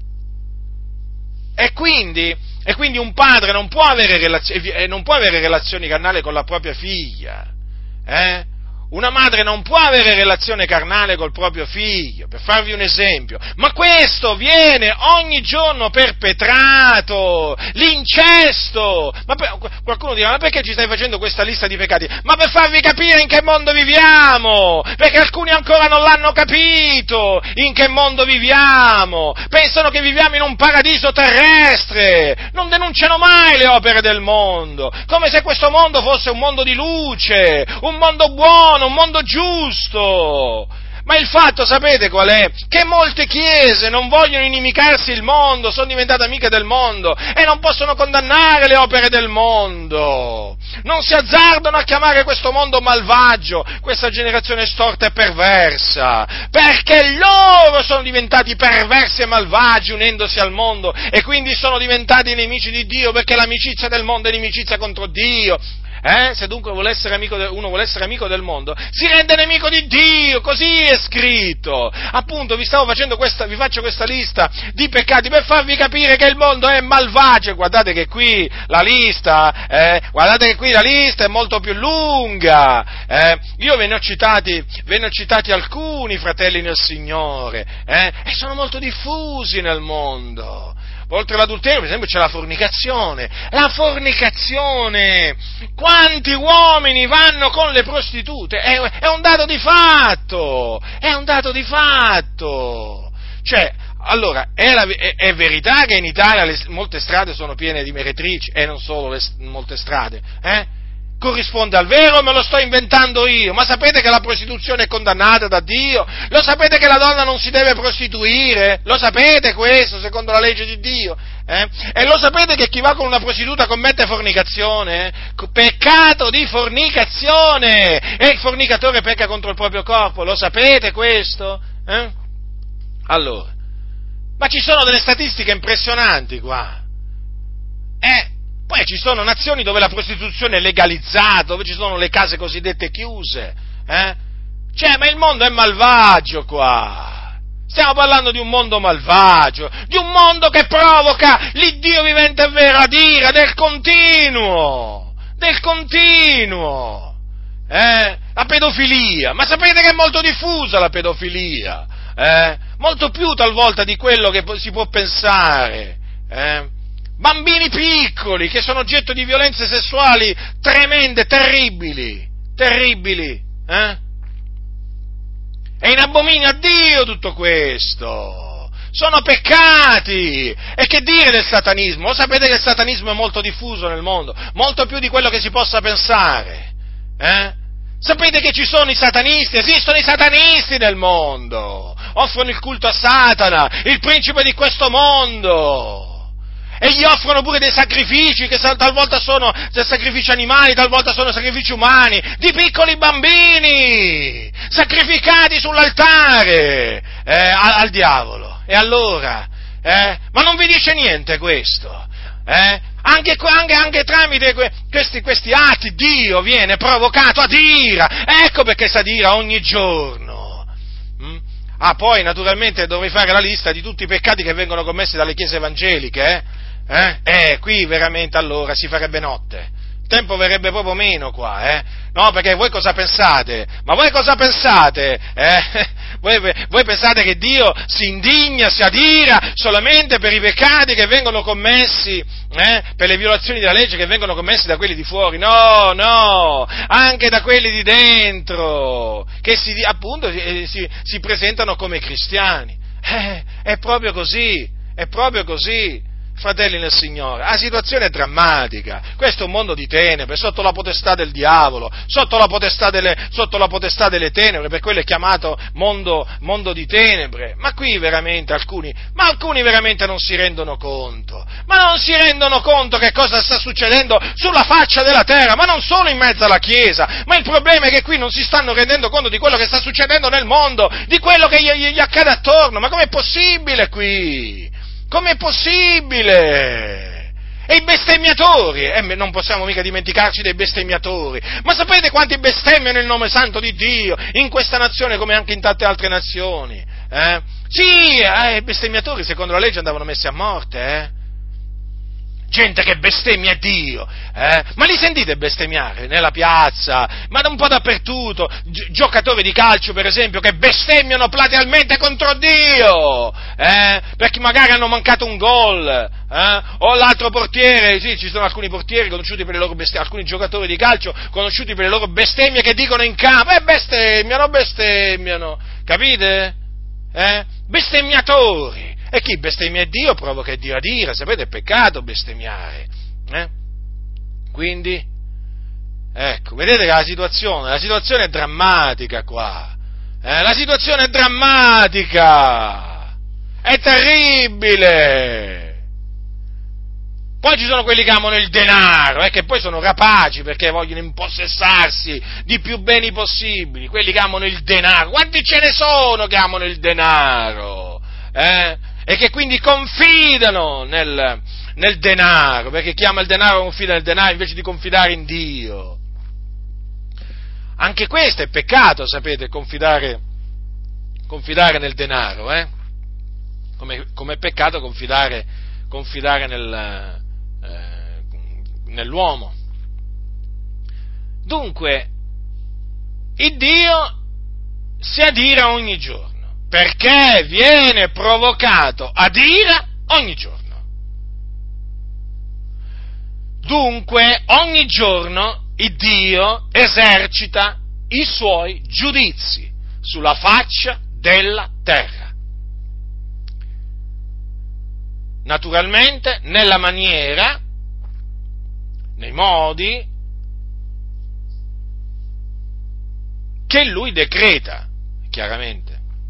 Speaker 1: E quindi un padre non può avere relazioni carnali con la propria figlia, Una madre non può avere relazione carnale col proprio figlio, per farvi un esempio, ma questo viene ogni giorno perpetrato, l'incesto. Qualcuno dirà: ma perché ci stai facendo questa lista di peccati? Ma per farvi capire in che mondo viviamo, perché alcuni ancora non l'hanno capito in che mondo viviamo, pensano che viviamo in un paradiso terrestre, non denunciano mai le opere del mondo, come se questo mondo fosse un mondo di luce, un mondo buono, un mondo giusto. Ma il fatto, sapete qual è? Che molte chiese non vogliono inimicarsi il mondo, sono diventate amiche del mondo e non possono condannare le opere del mondo. Non si azzardano a chiamare questo mondo malvagio, questa generazione storta e perversa, perché loro sono diventati perversi e malvagi unendosi al mondo e quindi sono diventati nemici di Dio, perché l'amicizia del mondo è inimicizia contro Dio. Se dunque uno vuole essere amico del mondo, si rende nemico di Dio, così è scritto. Appunto, vi faccio questa lista di peccati per farvi capire che il mondo è malvagio. Guardate che qui la lista è molto più lunga. Io ve ne ho citati alcuni, fratelli nel Signore, e sono molto diffusi nel mondo. Oltre all'adulterio, per esempio, c'è la fornicazione. Quanti uomini vanno con le prostitute? È un dato di fatto. Cioè, allora, è verità che in Italia molte strade sono piene di meretrici, e non solo molte strade, Corrisponde al vero o me lo sto inventando io? Ma sapete che la prostituzione è condannata da Dio? Lo sapete che la donna non si deve prostituire? Lo sapete questo, secondo la legge di Dio? E lo sapete che chi va con una prostituta commette fornicazione? Peccato di fornicazione! E il fornicatore pecca contro il proprio corpo, lo sapete questo? Allora, ma ci sono delle statistiche impressionanti qua. Poi ci sono nazioni dove la prostituzione è legalizzata, dove ci sono le case cosiddette chiuse, ma il mondo è malvagio qua. Stiamo parlando di un mondo malvagio, di un mondo che provoca l'Iddio vivente e vero ad ira del continuo. La pedofilia, ma sapete che è molto diffusa la pedofilia, molto più talvolta di quello che si può pensare, Bambini piccoli che sono oggetto di violenze sessuali tremende, terribili, È in abominio a Dio tutto questo, sono peccati. E che dire del satanismo? Lo sapete che il satanismo è molto diffuso nel mondo, molto più di quello che si possa pensare, Sapete che ci sono i satanisti, esistono i satanisti nel mondo, offrono il culto a Satana, il principe di questo mondo. E gli offrono pure dei sacrifici, che talvolta sono sacrifici animali, talvolta sono sacrifici umani, di piccoli bambini, sacrificati sull'altare, al diavolo. E allora? Ma non vi dice niente questo? anche tramite questi atti Dio viene provocato ad ira. Ecco perché s'adira ogni giorno. Poi naturalmente dovrei fare la lista di tutti i peccati che vengono commessi dalle chiese evangeliche, qui veramente allora si farebbe notte. Il tempo verrebbe proprio meno qua, No, perché voi cosa pensate? Ma voi cosa pensate? Voi pensate che Dio si indigna, si adira solamente per i peccati che vengono commessi, per le violazioni della legge che vengono commessi da quelli di fuori? No, anche da quelli di dentro, che si presentano come cristiani. È proprio così. Fratelli nel Signore, la situazione è drammatica, questo è un mondo di tenebre, sotto la potestà del diavolo, sotto la potestà delle tenebre, per quello è chiamato mondo di tenebre, ma qui veramente alcuni veramente non si rendono conto che cosa sta succedendo sulla faccia della terra, ma non solo in mezzo alla Chiesa, ma il problema è che qui non si stanno rendendo conto di quello che sta succedendo nel mondo, di quello che gli accade attorno, ma com'è possibile qui? Com'è possibile? E i bestemmiatori, non possiamo mica dimenticarci dei bestemmiatori, ma sapete quanti bestemmiano il nome santo di Dio in questa nazione come anche in tante altre nazioni? Sì, i bestemmiatori secondo la legge andavano messi a morte, Gente che bestemmia Dio, ma li sentite bestemmiare nella piazza, ma da un po' dappertutto, giocatori di calcio per esempio che bestemmiano platealmente contro Dio, perché magari hanno mancato un gol, o l'altro portiere, sì, ci sono alcuni portieri conosciuti per le loro bestemmie, alcuni giocatori di calcio conosciuti per le loro bestemmie che dicono in campo, bestemmiano, capite? Bestemmiatori. E chi bestemmia Dio provoca Dio ad ira, sapete, è peccato bestemmiare. Quindi, ecco, vedete che la situazione è drammatica qua. La situazione è drammatica, è terribile. Poi ci sono quelli che amano il denaro, che poi sono rapaci perché vogliono impossessarsi di più beni possibili, quelli che amano il denaro. Quanti ce ne sono che amano il denaro? E che quindi confidano nel denaro, perché chi ama il denaro confida nel denaro invece di confidare in Dio. Anche questo è peccato, sapete, confidare nel denaro, come è peccato confidare nell'uomo. Dunque, il Dio si adira ogni giorno, perché viene provocato ad ira ogni giorno. Dunque, ogni giorno il Dio esercita i suoi giudizi sulla faccia della terra. Naturalmente, nella maniera, nei modi che Lui decreta, chiaramente.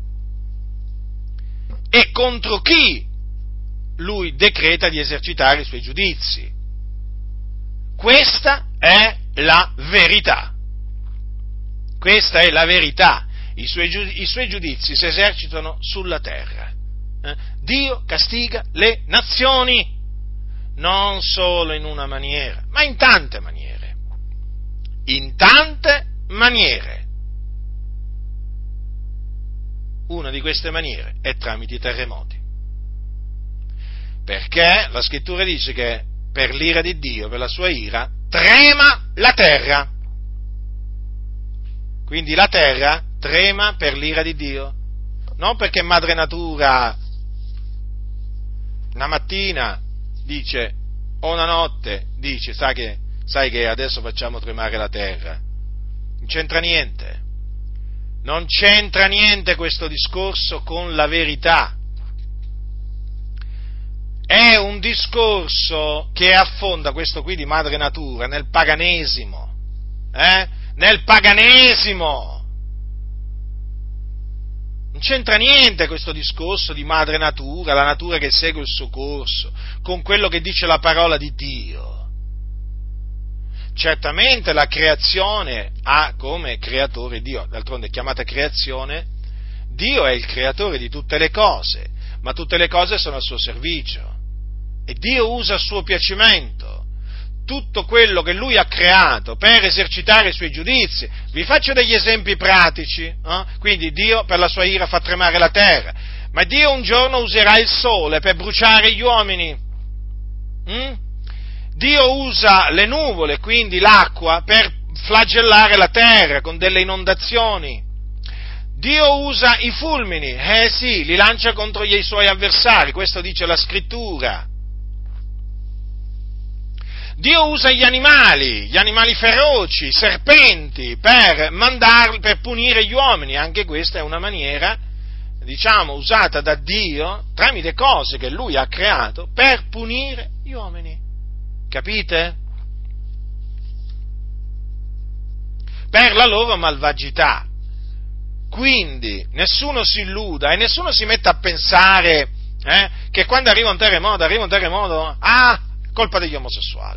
Speaker 1: E contro chi Lui decreta di esercitare i suoi giudizi. Questa è la verità. Questa è la verità. I suoi giudizi si esercitano sulla terra. Dio castiga le nazioni, non solo in una maniera, ma in tante maniere. In tante maniere. Una di queste maniere è tramite i terremoti. Perché la Scrittura dice che per l'ira di Dio, per la sua ira, trema la terra. Quindi la terra trema per l'ira di Dio. Non perché madre natura una mattina dice, o una notte dice, sai che adesso facciamo tremare la terra. Non c'entra niente. Non c'entra niente questo discorso con la verità. È un discorso che affonda, questo qui di madre natura, nel paganesimo. Nel paganesimo. Non c'entra niente questo discorso di madre natura, la natura che segue il suo corso, con quello che dice la parola di Dio. Certamente la creazione ha come creatore Dio, d'altronde è chiamata creazione, Dio è il creatore di tutte le cose, ma tutte le cose sono al suo servizio e Dio usa a suo piacimento tutto quello che Lui ha creato per esercitare i Suoi giudizi. Vi faccio degli esempi pratici. Quindi Dio per la Sua ira fa tremare la terra, ma Dio un giorno userà il sole per bruciare gli uomini. Dio usa le nuvole, quindi l'acqua, per flagellare la terra con delle inondazioni. Dio usa i fulmini, sì, li lancia contro i Suoi avversari, questo dice la Scrittura. Dio usa gli animali feroci, i serpenti, per punire gli uomini. Anche questa è una maniera, usata da Dio, tramite cose che Lui ha creato, per punire gli uomini. Capite? Per la loro malvagità. Quindi, nessuno si illuda e nessuno si metta a pensare che quando arriva un terremoto, colpa degli omosessuali.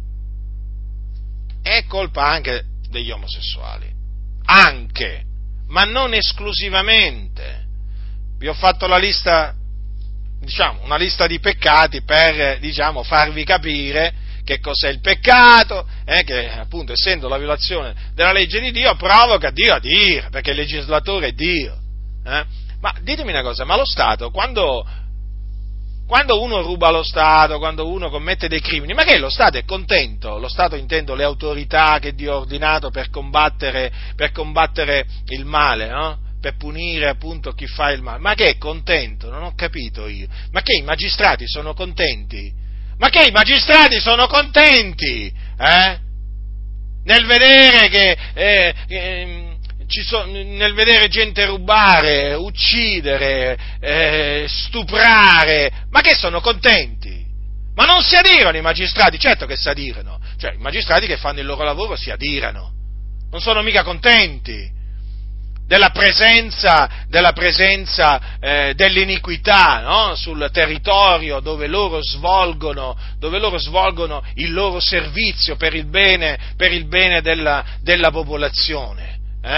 Speaker 1: È colpa anche degli omosessuali, anche, ma non esclusivamente. Vi ho fatto la lista, una lista di peccati per, farvi capire che cos'è il peccato, che appunto essendo la violazione della legge di Dio provoca Dio ad ira, perché il legislatore è Dio. Ma ditemi una cosa, ma lo Stato, quando uno ruba lo Stato, quando uno commette dei crimini, ma che lo Stato è contento? Lo Stato intendo le autorità che Dio ha ordinato per combattere il male, no? Per punire appunto chi fa il male. Ma che è contento? Non ho capito io. Ma che i magistrati sono contenti? Ma che i magistrati sono contenti? Nel vedere nel vedere gente rubare, uccidere, stuprare, ma che sono contenti? Ma non si adirano i magistrati? Certo che si adirano, cioè i magistrati che fanno il loro lavoro si adirano, non sono mica contenti della presenza dell'iniquità, no? Sul territorio dove loro svolgono il loro servizio per il bene della popolazione.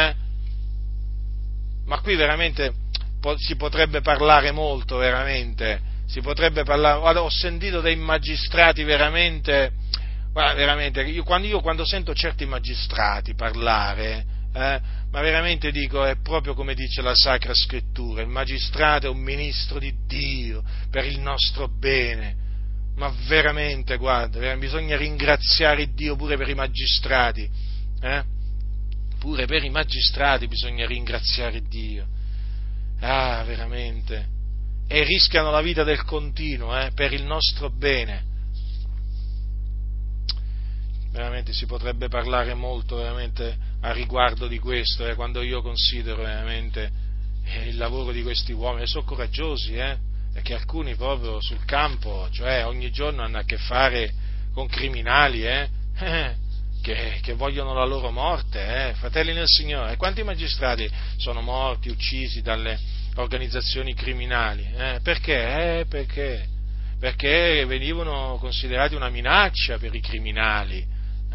Speaker 1: Ma qui veramente si potrebbe parlare molto, veramente, guarda, ho sentito dei magistrati veramente, quando sento certi magistrati parlare, ma veramente dico, è proprio come dice la Sacra Scrittura, il magistrato è un ministro di Dio per il nostro bene, ma veramente, guarda, bisogna ringraziare Dio pure per i magistrati, pure per i magistrati bisogna ringraziare Dio, veramente, e rischiano la vita del continuo, per il nostro bene. Veramente si potrebbe parlare molto veramente a riguardo di questo, quando io considero veramente il lavoro di questi uomini, sono coraggiosi, perché alcuni proprio sul campo, cioè ogni giorno hanno a che fare con criminali, che vogliono la loro morte, fratelli nel Signore. Quanti magistrati sono morti, uccisi dalle organizzazioni criminali? Perché? Perché venivano considerati una minaccia per i criminali.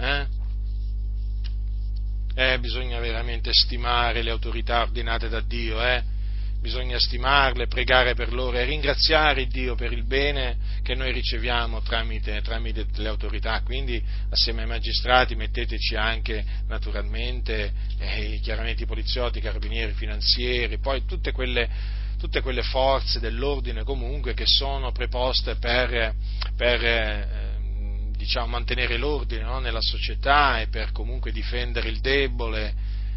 Speaker 1: Bisogna veramente stimare le autorità ordinate da Dio, bisogna stimarle, pregare per loro e ringraziare Dio per il bene che noi riceviamo tramite le autorità. Quindi assieme ai magistrati metteteci anche naturalmente chiaramente i poliziotti, i carabinieri, i finanzieri, poi tutte quelle forze dell'ordine comunque che sono preposte per mantenere l'ordine, no? Nella società e per comunque difendere il debole,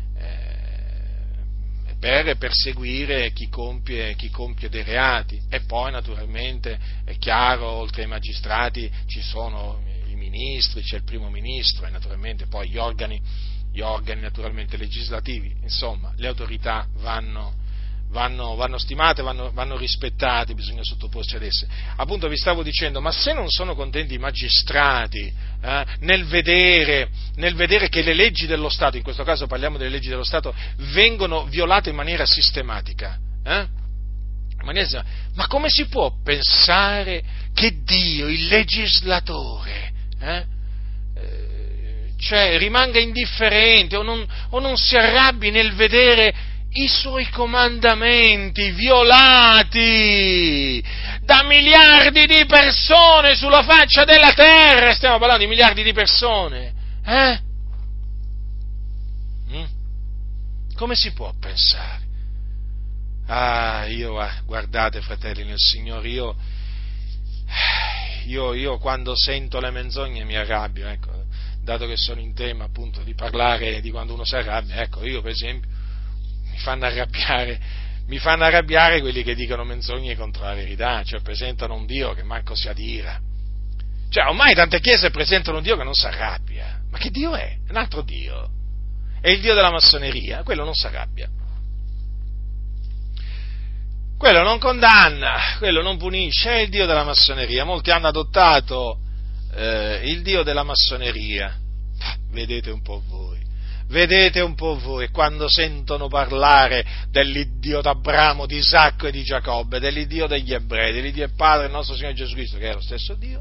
Speaker 1: per perseguire chi compie dei reati. E poi naturalmente è chiaro, oltre ai magistrati ci sono i ministri, c'è il primo ministro e naturalmente poi gli organi naturalmente legislativi. Insomma, le autorità vanno stimate, vanno rispettate, bisogna sottoporsi ad esse. Appunto vi stavo dicendo, ma se non sono contenti i magistrati nel vedere che le leggi dello Stato, in questo caso parliamo delle leggi dello Stato, vengono violate in maniera sistematica, ma come si può pensare che Dio, il legislatore, rimanga indifferente o non si arrabbi nel vedere i suoi comandamenti violati da miliardi di persone sulla faccia della terra. Stiamo parlando di miliardi di persone. Come si può pensare? Guardate, fratelli nel Signore, io quando sento le menzogne mi arrabbio, ecco, dato che sono in tema appunto di parlare di quando uno si arrabbia, ecco, io per esempio mi fanno arrabbiare quelli che dicono menzogne contro la verità, cioè presentano un Dio che manco si adira. Cioè, ormai tante chiese presentano un Dio che non si arrabbia. Ma che Dio è? È un altro Dio. È il Dio della massoneria, quello non si arrabbia. Quello non condanna, quello non punisce, è il Dio della massoneria. Molti hanno adottato il Dio della massoneria. Vedete un po' voi, quando sentono parlare dell'Iddio d'Abramo, di Isacco e di Giacobbe, dell'Iddio degli ebrei, dell'Iddio e Padre del nostro Signore Gesù Cristo, che è lo stesso Dio,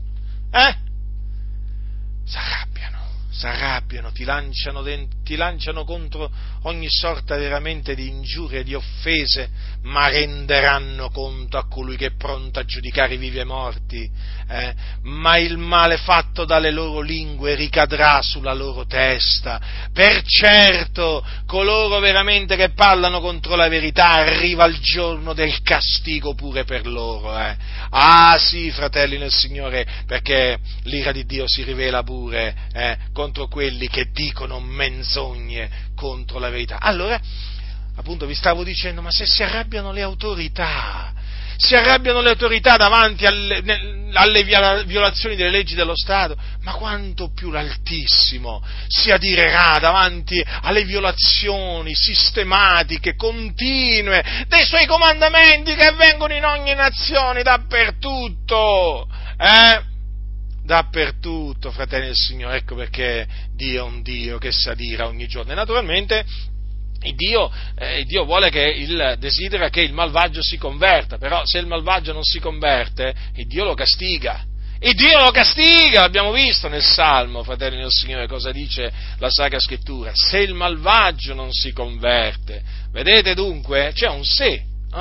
Speaker 1: s'arrabbiano, ti lanciano contro ogni sorta veramente di ingiurie, di offese, ma renderanno conto a colui che è pronto a giudicare i vivi e i morti, ma il male fatto dalle loro lingue ricadrà sulla loro testa. Per certo, coloro veramente che parlano contro la verità, arriva il giorno del castigo pure per loro. Ah sì, fratelli nel Signore, perché l'ira di Dio si rivela pure contro quelli che dicono menzogne contro la verità. Allora, appunto vi stavo dicendo, ma se si arrabbiano le autorità davanti alle violazioni delle leggi dello Stato, ma quanto più l'Altissimo si adirerà davanti alle violazioni sistematiche, continue dei suoi comandamenti che avvengono in ogni nazione, dappertutto, dappertutto, fratelli del Signore. Ecco perché Dio è un Dio che si adira ogni giorno, e naturalmente Dio desidera che il malvagio si converta, però se il malvagio non si converte, Dio lo castiga. Abbiamo visto nel Salmo, fratelli del Signore, cosa dice la Sacra Scrittura. Se il malvagio non si converte, vedete dunque, c'è un se.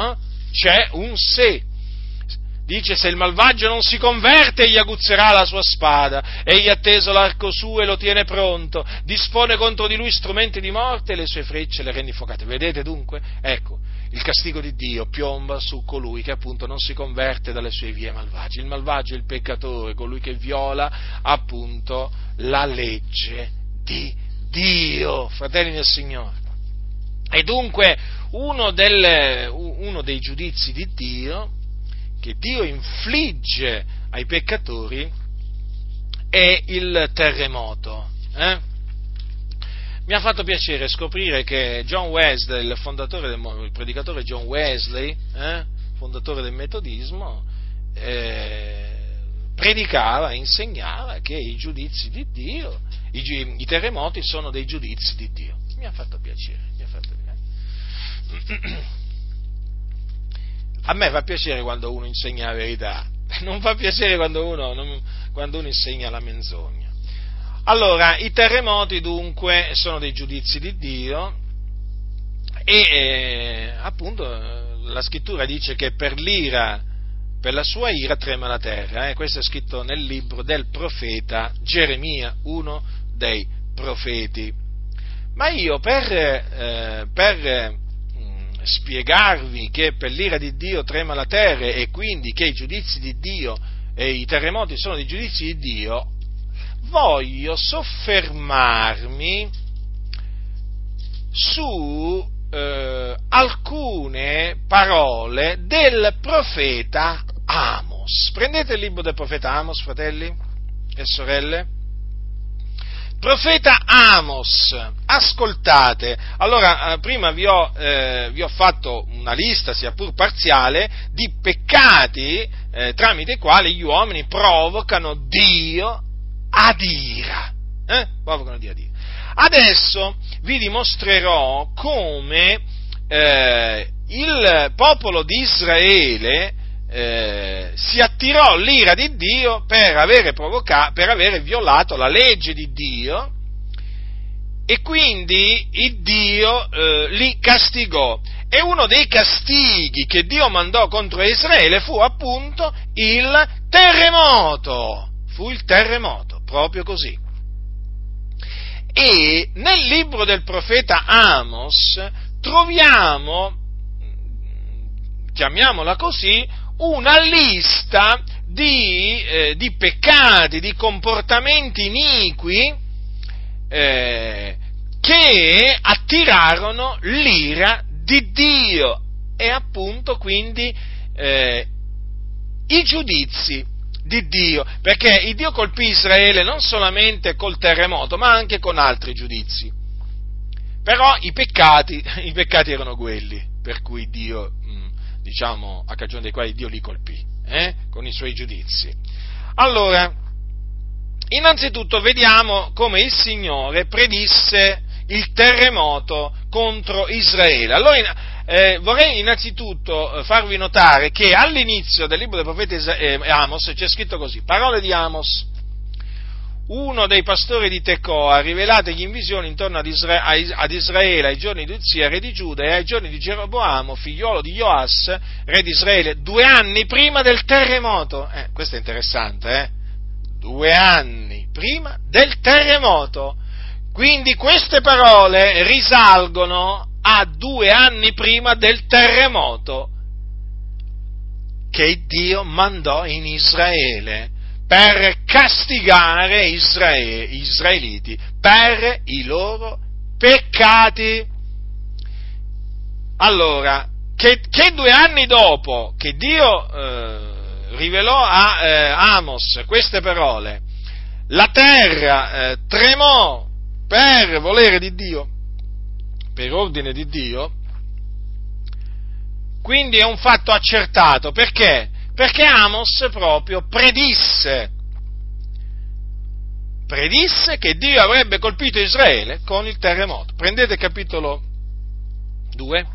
Speaker 1: Dice, se il malvagio non si converte, egli aguzzerà la sua spada, egli ha teso l'arco suo e lo tiene pronto, dispone contro di lui strumenti di morte e le sue frecce le rende infuocate. Vedete dunque? Ecco, il castigo di Dio piomba su colui che appunto non si converte dalle sue vie malvagie. Il malvagio è il peccatore, colui che viola appunto la legge di Dio, fratelli del Signore. E dunque uno dei giudizi di Dio che Dio infligge ai peccatori è il terremoto. Mi ha fatto piacere scoprire che John Wesley, il predicatore John Wesley, fondatore del metodismo, predicava, insegnava che i giudizi di Dio, i terremoti sono dei giudizi di Dio. Mi ha fatto piacere. A me fa piacere quando uno insegna la verità, non fa piacere quando uno insegna la menzogna. Allora, i terremoti dunque sono dei giudizi di Dio e appunto la Scrittura dice che per la sua ira trema la terra. Questo è scritto nel libro del profeta Geremia, uno dei profeti. Ma io per spiegarvi che per l'ira di Dio trema la terra e quindi che i giudizi di Dio e i terremoti sono dei giudizi di Dio, voglio soffermarmi su alcune parole del profeta Amos. Prendete il libro del profeta Amos, fratelli e sorelle. Profeta Amos, ascoltate. Allora, prima vi ho fatto una lista, sia pur parziale, di peccati tramite i quali gli uomini provocano Dio ad ira. Provocano Dio ad ira. Adesso vi dimostrerò come il popolo di Israele si attirò l'ira di Dio per avere violato la legge di Dio e quindi il Dio li castigò. E uno dei castighi che Dio mandò contro Israele fu appunto il terremoto. Fu il terremoto, proprio così. E nel libro del profeta Amos troviamo, chiamiamola così, una lista di peccati, di comportamenti iniqui che attirarono l'ira di Dio e appunto quindi i giudizi di Dio, perché il Dio colpì Israele non solamente col terremoto, ma anche con altri giudizi. Però i peccati erano quelli per cui Dio, a cagione dei quali Dio li colpì, con i suoi giudizi. Allora, innanzitutto vediamo come il Signore predisse il terremoto contro Israele. Allora, vorrei innanzitutto farvi notare che all'inizio del libro del profeta Amos c'è scritto così: parole di Amos, uno dei pastori di Tecoa, rivelategli in visione intorno ad Israele ai giorni di Uzia, re di Giuda, e ai giorni di Geroboamo, figliuolo di Joas, re di Israele, 2 anni prima del terremoto. Questo è interessante, 2 anni prima del terremoto. Quindi queste parole risalgono a 2 anni prima del terremoto che Dio mandò in Israele per castigare gli israeliti per i loro peccati. Allora, che 2 anni dopo che Dio rivelò a Amos queste parole, la terra tremò per volere di Dio, per ordine di Dio, quindi è un fatto accertato. Perché? Perché Amos proprio predisse che Dio avrebbe colpito Israele con il terremoto. Prendete capitolo 2,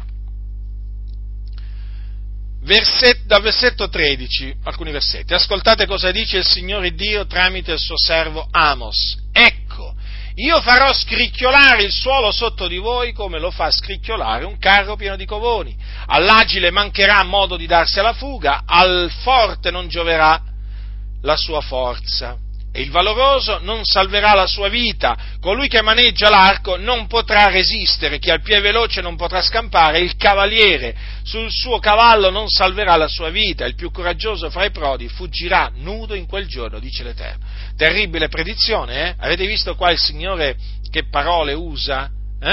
Speaker 1: dal versetto 13, alcuni versetti. Ascoltate cosa dice il Signore Dio tramite il suo servo Amos. Ecco, io farò scricchiolare il suolo sotto di voi come lo fa scricchiolare un carro pieno di covoni. All'agile mancherà modo di darsi alla fuga, al forte non gioverà la sua forza. E il valoroso non salverà la sua vita, colui che maneggia l'arco non potrà resistere, chi ha il piede veloce non potrà scampare, il cavaliere sul suo cavallo non salverà la sua vita, il più coraggioso fra i prodi fuggirà nudo in quel giorno, dice l'Eterno. Terribile predizione, Avete visto qua il Signore che parole usa?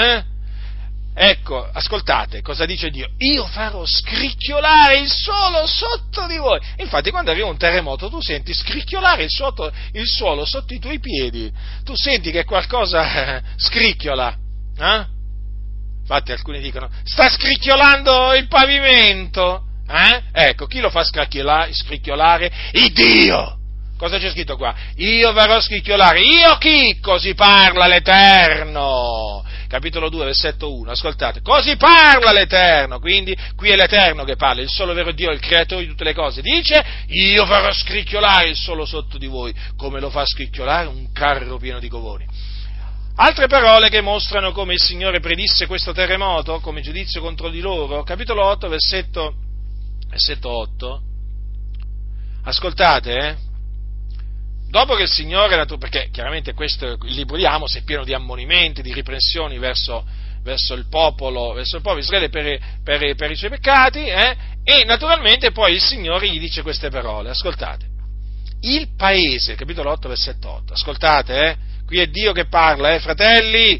Speaker 1: Ecco, ascoltate, cosa dice Dio? Io farò scricchiolare il suolo sotto di voi. Infatti quando arriva un terremoto tu senti scricchiolare il suolo sotto i tuoi piedi. Tu senti che qualcosa scricchiola. Infatti alcuni dicono, sta scricchiolando il pavimento. Ecco, chi lo fa scricchiolare? Il Dio. Cosa c'è scritto qua? Io farò scricchiolare. Io chi? Così parla l'Eterno. Capitolo 2, versetto 1, ascoltate, così parla l'Eterno, quindi qui è l'Eterno che parla, il solo vero Dio, il creatore di tutte le cose, dice, io farò scricchiolare il suolo sotto di voi, come lo fa scricchiolare un carro pieno di covoni. Altre parole che mostrano come il Signore predisse questo terremoto, come giudizio contro di loro, capitolo 8, versetto 8, ascoltate, Dopo che il Signore, perché chiaramente il libro di Amos è pieno di ammonimenti, di riprensioni verso il popolo Israele per i suoi peccati, e naturalmente poi il Signore gli dice queste parole, ascoltate. Il paese, capitolo 8, versetto 8, ascoltate, qui è Dio che parla, fratelli,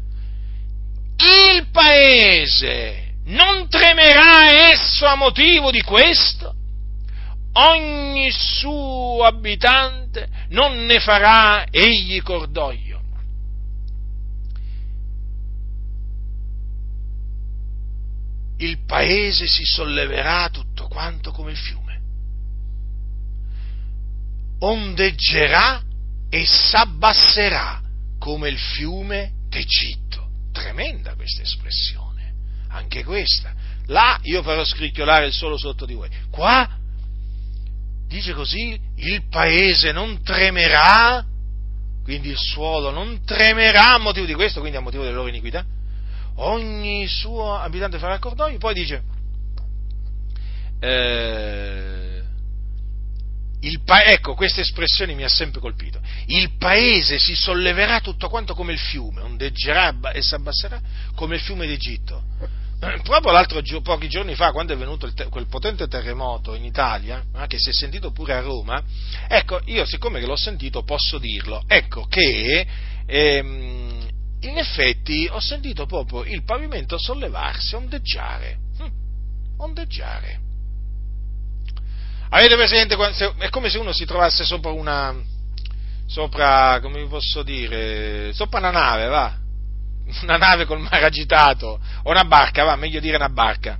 Speaker 1: il paese non tremerà esso a motivo di questo? Ogni suo abitante non ne farà egli cordoglio. Il paese si solleverà tutto quanto come il fiume, ondeggerà e s'abbasserà come il fiume d'Egitto. Tremenda questa espressione, anche questa. Là io farò scricchiolare il suolo sotto di voi. Qua dice così, il paese non tremerà quindi il suolo non tremerà a motivo di questo, quindi a motivo delle loro iniquità. Ogni suo abitante farà cordoglio. Poi dice, ecco, questa espressione mi ha sempre colpito. Il paese si solleverà tutto quanto come il fiume, ondeggerà e si abbasserà come il fiume d'Egitto. Proprio pochi giorni fa, quando è venuto quel potente terremoto in Italia, che si è sentito pure a Roma, ecco, io siccome che l'ho sentito posso dirlo, ecco che in effetti ho sentito proprio il pavimento sollevarsi, ondeggiare. Avete presente? È come se uno si trovasse sopra come vi posso dire, sopra una nave, va? Una nave col mare agitato, o una barca, va, meglio dire una barca,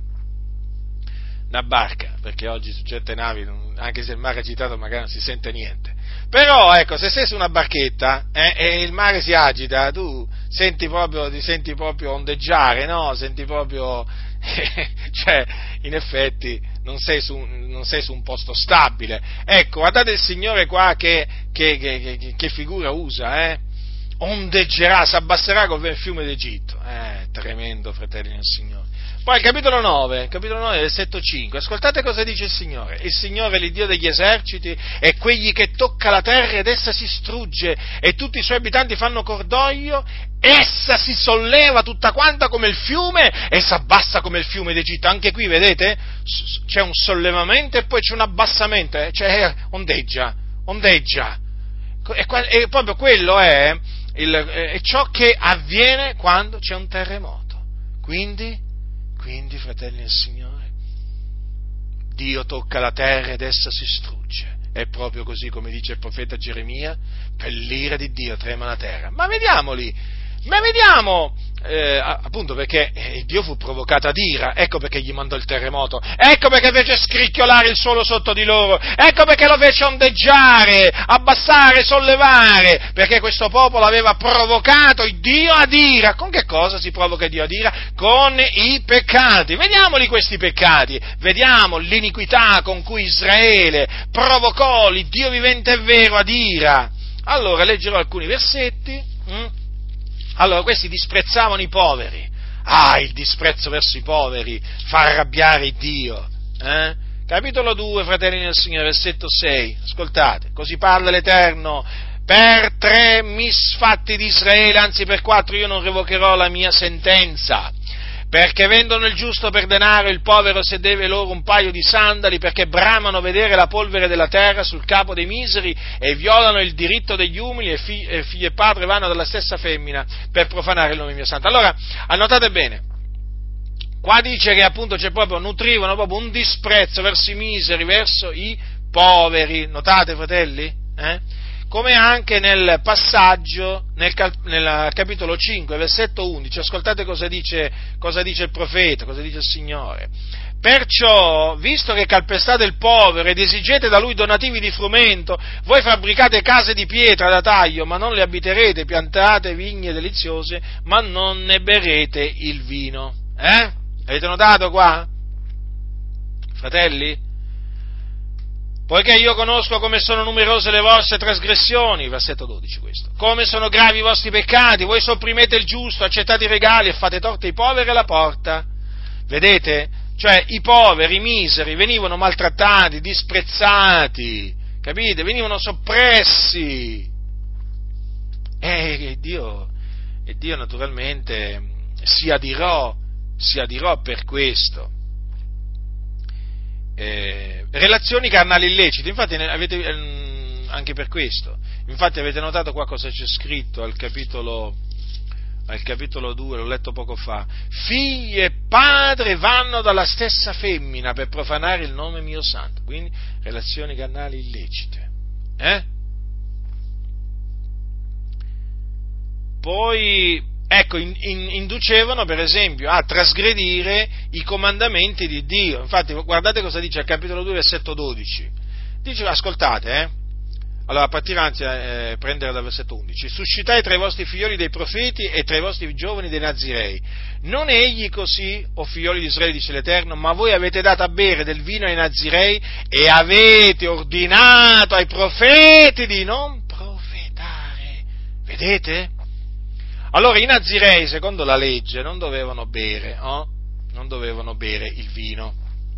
Speaker 1: perché oggi su certe navi, anche se il mare è agitato, magari non si sente niente. Però, ecco, se sei su una barchetta e il mare si agita, tu ti senti proprio ondeggiare, no? Senti proprio, cioè, in effetti, non sei su un posto stabile. Ecco, guardate il Signore qua che figura usa, ondeggerà, si abbasserà come il fiume d'Egitto. Tremendo, fratelli del Signore. Poi il capitolo 9, versetto 5, ascoltate cosa dice il Signore. Il Signore, l'Iddio degli eserciti, è quegli che tocca la terra ed essa si strugge, e tutti i suoi abitanti fanno cordoglio, essa si solleva tutta quanta come il fiume e si abbassa come il fiume d'Egitto. Anche qui, vedete, c'è un sollevamento e poi c'è un abbassamento, cioè ondeggia. E proprio quello è ciò che avviene quando c'è un terremoto. Quindi, fratelli del Signore, Dio tocca la terra ed essa si strugge. È proprio così come dice il profeta Geremia: per l'ira di Dio trema la terra. Ma vediamo, appunto perché Dio fu provocato ad ira, ecco perché gli mandò il terremoto, ecco perché fece scricchiolare il suolo sotto di loro, ecco perché lo fece ondeggiare, abbassare, sollevare, perché questo popolo aveva provocato Dio ad ira. Con che cosa si provoca Dio ad ira? Con i peccati. Vediamoli questi peccati, vediamo l'iniquità con cui Israele provocò l'Iddio vivente e vero ad ira. Allora leggerò alcuni versetti. Allora, questi disprezzavano i poveri. Il disprezzo verso i poveri fa arrabbiare Dio. Capitolo 2, fratelli del Signore, versetto 6. Ascoltate, così parla l'Eterno: per 3 misfatti di Israele, anzi per 4, io non revocherò la mia sentenza. Perché vendono il giusto per denaro, il povero se deve loro un paio di sandali, perché bramano vedere la polvere della terra sul capo dei miseri e violano il diritto degli umili, e figli e padre vanno dalla stessa femmina per profanare il nome mio santo. Allora, annotate bene, qua dice che appunto nutrivano proprio un disprezzo verso i miseri, verso i poveri. Notate, fratelli? Come anche nel passaggio, nel capitolo 5, versetto 11, ascoltate cosa dice il profeta, cosa dice il Signore. Perciò, visto che calpestate il povero ed esigete da lui donativi di frumento, voi fabbricate case di pietra da taglio, ma non le abiterete, piantate vigne deliziose, ma non ne berrete il vino. Avete notato qua? Fratelli? Poiché io conosco come sono numerose le vostre trasgressioni, versetto 12 questo, come sono gravi i vostri peccati, voi sopprimete il giusto, accettate i regali e fate torte ai poveri alla porta. Vedete? Cioè i poveri, i miseri, venivano maltrattati, disprezzati, capite? Venivano soppressi. E Dio naturalmente si adirò per questo. Relazioni carnali illecite, infatti anche per questo, infatti avete notato qua cosa c'è scritto al capitolo 2, l'ho letto poco fa: figli e padre vanno dalla stessa femmina per profanare il nome mio santo. Quindi relazioni carnali illecite. Poi ecco, inducevano per esempio a trasgredire i comandamenti di Dio. Infatti guardate cosa dice al capitolo 2, versetto 12. Dice, ascoltate, allora prendere dal versetto 11: suscitai tra i vostri figlioli dei profeti e tra i vostri giovani dei nazirei. Non egli così, o figlioli di Israele, dice l'Eterno, ma voi avete dato a bere del vino ai nazirei e avete ordinato ai profeti di non profetare Vedete? Allora i Nazirei, secondo la legge, non dovevano bere, non dovevano bere il vino.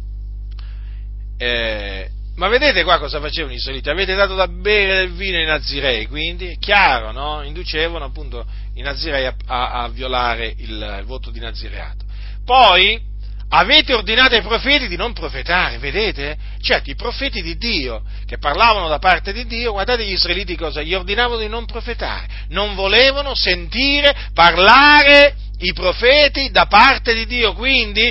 Speaker 1: Ma vedete qua cosa facevano i Israeliti? Avete dato da bere del vino ai Nazirei, quindi è chiaro, no? Inducevano appunto i Nazirei a violare il voto di Nazireato. Poi avete ordinato ai profeti di non profetare, vedete? Certo, i profeti di Dio, che parlavano da parte di Dio, guardate gli Israeliti cosa? Gli ordinavano di non profetare, non volevano sentire parlare i profeti da parte di Dio, quindi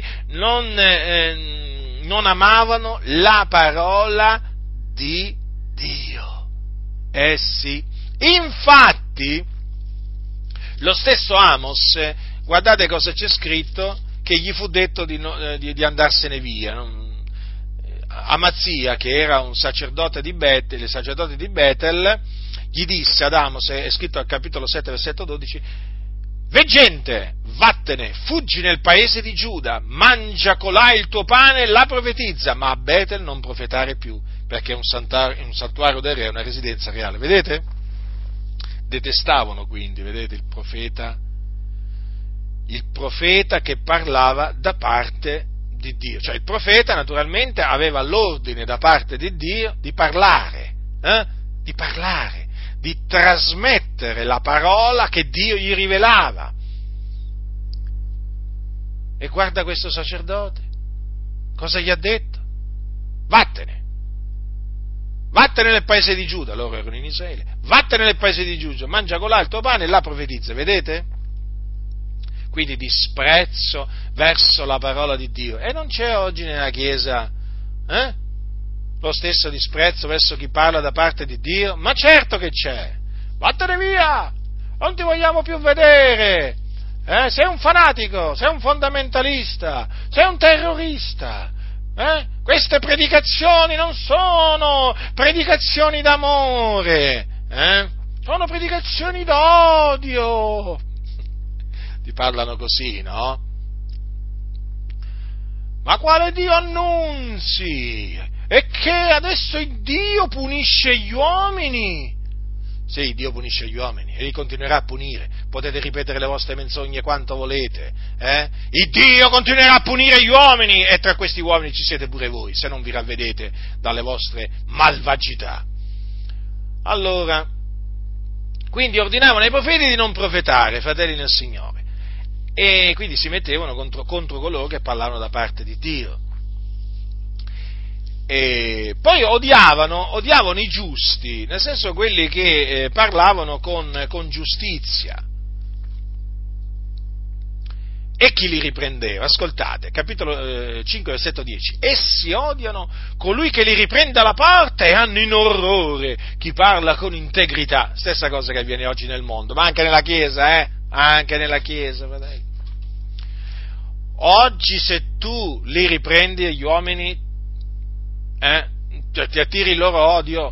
Speaker 1: non amavano la parola di Dio. Sì. Infatti, lo stesso Amos, guardate cosa c'è scritto, che gli fu detto di andarsene via. Amazia, che era un sacerdote di Betel, il sacerdote di Betel, gli disse ad Amos, è scritto al capitolo 7, versetto 12, veggente, vattene, fuggi nel paese di Giuda, mangia colà il tuo pane e la profetizza, ma a Betel non profetare più, perché è un santuario del re, è una residenza reale. Vedete? Detestavano quindi, vedete, il profeta che parlava da parte di Dio. Cioè il profeta naturalmente aveva l'ordine da parte di Dio di parlare, di trasmettere la parola che Dio gli rivelava. E guarda questo sacerdote, cosa gli ha detto? Vattene nel paese di Giuda, loro erano in Israele, vattene nel paese di Giuda, mangia colà il tuo pane e la profetizza, vedete? Quindi disprezzo verso la parola di Dio. E non c'è oggi nella Chiesa lo stesso disprezzo verso chi parla da parte di Dio? Ma certo che c'è! Vattene via! Non ti vogliamo più vedere! Sei un fanatico, sei un fondamentalista, sei un terrorista! Queste predicazioni non sono predicazioni d'amore, sono predicazioni d'odio! Ti parlano così, no? Ma quale Dio annunzi? E che adesso il Dio punisce gli uomini? Sì, Dio punisce gli uomini e li continuerà a punire. Potete ripetere le vostre menzogne quanto volete, Il Dio continuerà a punire gli uomini e tra questi uomini ci siete pure voi, se non vi ravvedete dalle vostre malvagità. Allora, quindi ordinavano ai profeti di non profetare, fratelli nel Signore. E quindi si mettevano contro coloro che parlavano da parte di Dio. E poi odiavano i giusti, nel senso quelli che parlavano con giustizia. E chi li riprendeva? Ascoltate, capitolo 5, versetto 10. Essi odiano colui che li riprende alla porta e hanno in orrore chi parla con integrità. Stessa cosa che avviene oggi nel mondo, ma anche nella Chiesa, Anche nella Chiesa, vedete? Oggi se tu li riprendi gli uomini, ti attiri il loro odio,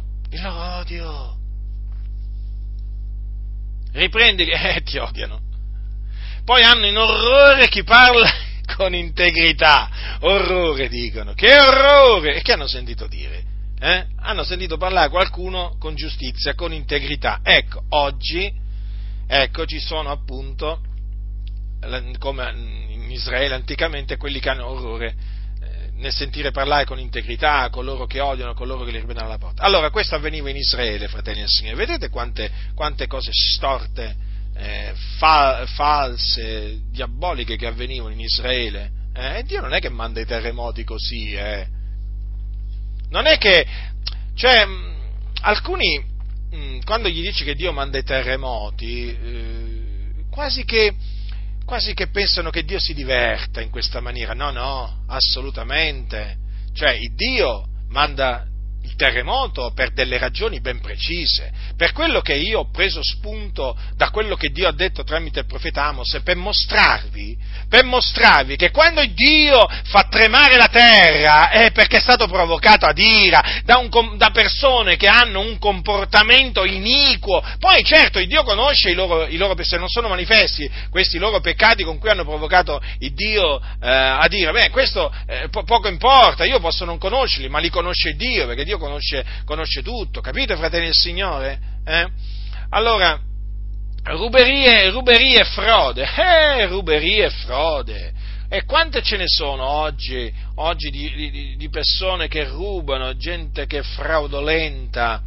Speaker 1: riprendili, ti odiano. Poi hanno in orrore chi parla con integrità, orrore dicono, che orrore, e che hanno sentito dire? Hanno sentito parlare qualcuno con giustizia, con integrità. Ecco, oggi, ci sono appunto, come in Israele anticamente, quelli che hanno orrore nel sentire parlare con integrità, coloro che odiano, coloro che li riprendono alla porta. Allora, questo avveniva in Israele, fratelli del Signore. Vedete quante cose storte, false, diaboliche che avvenivano in Israele? E Dio non è che manda i terremoti così, Non è che, alcuni, quando gli dici che Dio manda i terremoti, quasi che pensano che Dio si diverta in questa maniera. No, assolutamente. Il Dio manda il terremoto per delle ragioni ben precise. Per quello che io ho preso spunto da quello che Dio ha detto tramite il profeta Amos, per mostrarvi che quando Dio fa tremare la terra è perché è stato provocato ad ira da persone che hanno un comportamento iniquo. Poi certo il Dio conosce i loro se non sono manifesti questi loro peccati con cui hanno provocato il Dio ad ira. Questo poco importa, io posso non conoscerli, ma li conosce Dio, perché Dio conosce tutto, capite, fratelli del Signore? Allora, ruberie e frode. E quante ce ne sono oggi di persone che rubano, gente che è fraudolenta,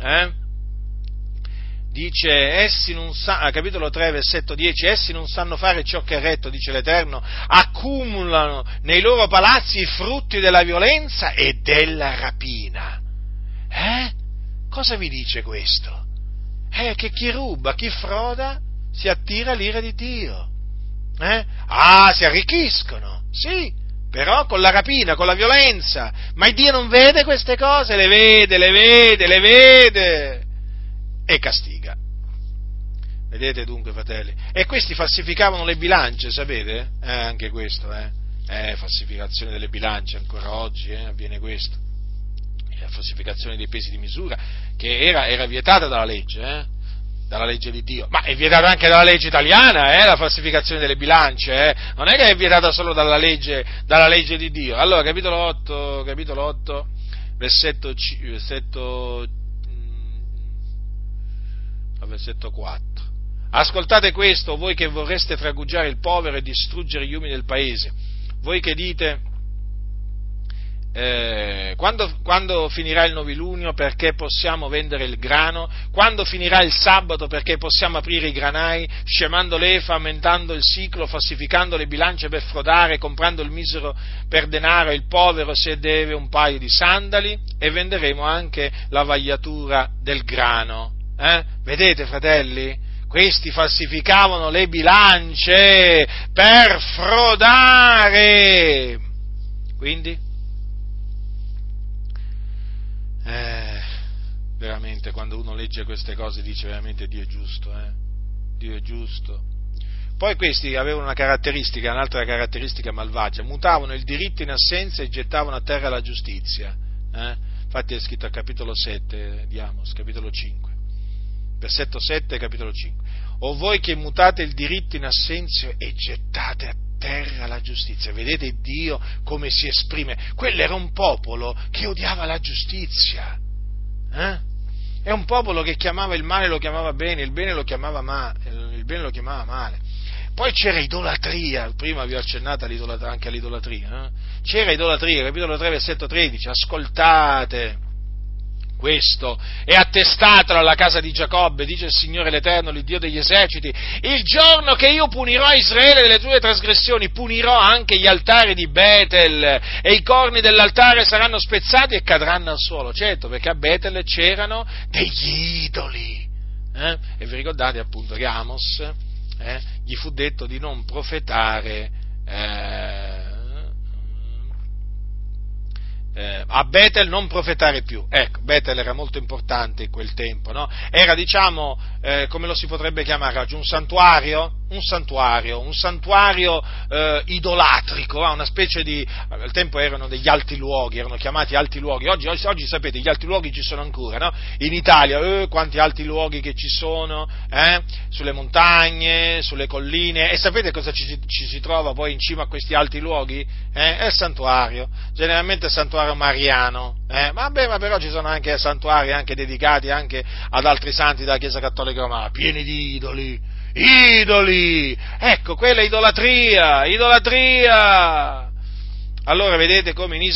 Speaker 1: Dice, capitolo 3, versetto 10, essi non sanno fare ciò che è retto, dice l'Eterno, accumulano nei loro palazzi i frutti della violenza e della rapina. Cosa vi dice questo? Che chi ruba, chi froda, si attira l'ira di Dio. Si arricchiscono, sì, però con la rapina, con la violenza. Ma il Dio non vede queste cose? Le vede e castiga. Vedete dunque, fratelli? E questi falsificavano le bilance, sapete? Anche questo, falsificazione delle bilance, ancora oggi avviene questo. La falsificazione dei pesi di misura, che era vietata dalla legge di Dio, ma è vietata anche dalla legge italiana, la falsificazione delle bilance, non è che è vietata solo dalla legge di Dio. Allora, capitolo 8, versetto 4. Ascoltate questo, voi che vorreste traguggiare il povero e distruggere gli uomini del paese, voi che dite, quando finirà il novilunio perché possiamo vendere il grano, quando finirà il sabato perché possiamo aprire i granai, scemando l'efa, aumentando il siclo, falsificando le bilance per frodare, comprando il misero per denaro e il povero se deve un paio di sandali, e venderemo anche la vagliatura del grano. Vedete, fratelli? Questi falsificavano le bilance per frodare. Quindi, veramente, quando uno legge queste cose dice veramente Dio è giusto, Dio è giusto. Poi questi avevano un'altra caratteristica malvagia, mutavano il diritto in assenza e gettavano a terra la giustizia. Infatti è scritto al capitolo 7 di Amos, capitolo 5. Versetto 7, capitolo 5. O voi che mutate il diritto in assenzio e gettate a terra la giustizia. Vedete Dio come si esprime? Quello era un popolo che odiava la giustizia. È un popolo che chiamava il male lo chiamava bene, il bene lo chiamava male. Poi c'era idolatria, prima vi ho accennato anche all'idolatria. C'era idolatria, capitolo 3, versetto 13. Ascoltate questo e attestatelo alla casa di Giacobbe, dice il Signore l'Eterno, l'Iddio degli eserciti: il giorno che io punirò Israele delle tue trasgressioni, punirò anche gli altari di Betel, e i corni dell'altare saranno spezzati e cadranno al suolo. Certo, perché a Betel c'erano degli idoli. E vi ricordate appunto che Amos gli fu detto di non profetare a Betel, non profetare più. Ecco, Betel era molto importante in quel tempo, no? Era, come lo si potrebbe chiamare oggi, un santuario idolatrico, una specie di, al tempo erano degli alti luoghi, erano chiamati alti luoghi. Oggi sapete, gli alti luoghi ci sono ancora, no? In Italia, quanti alti luoghi che ci sono, sulle montagne, sulle colline, e sapete cosa ci si trova poi in cima a questi alti luoghi? È il santuario, generalmente il santuario mariano, ma però ci sono anche santuari anche dedicati anche ad altri santi della Chiesa Cattolica Romana, pieni di idoli, ecco, quella è idolatria. Allora vedete come in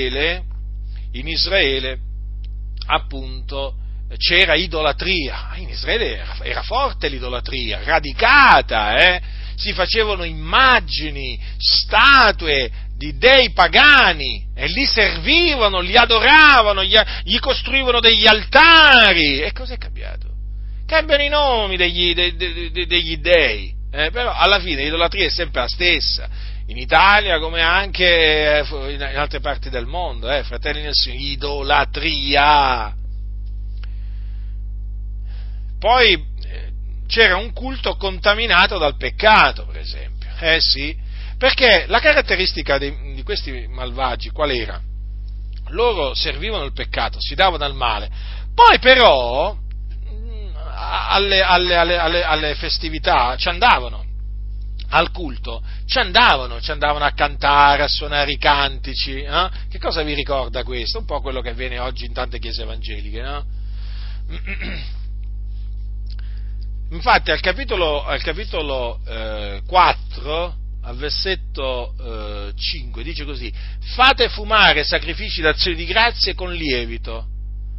Speaker 1: Israele appunto c'era idolatria, in Israele era forte l'idolatria, radicata, si facevano immagini, statue di dei pagani e li servivano, li adoravano, gli costruivano degli altari. E cos'è cambiato? Cambiano i nomi degli dei, però alla fine l'idolatria è sempre la stessa, in Italia come anche in altre parti del mondo, fratelli nel Signore, idolatria. Poi c'era un culto contaminato dal peccato, per esempio, sì, perché la caratteristica di questi malvagi qual era? Loro servivano il peccato, si davano al male, poi però alle festività ci andavano, al culto ci andavano a cantare, a suonare i cantici, Che cosa vi ricorda questo? Un po' quello che avviene oggi in tante chiese evangeliche, no? Infatti al capitolo 4, al versetto 5, dice così: fate fumare sacrifici d'azione di grazie con lievito.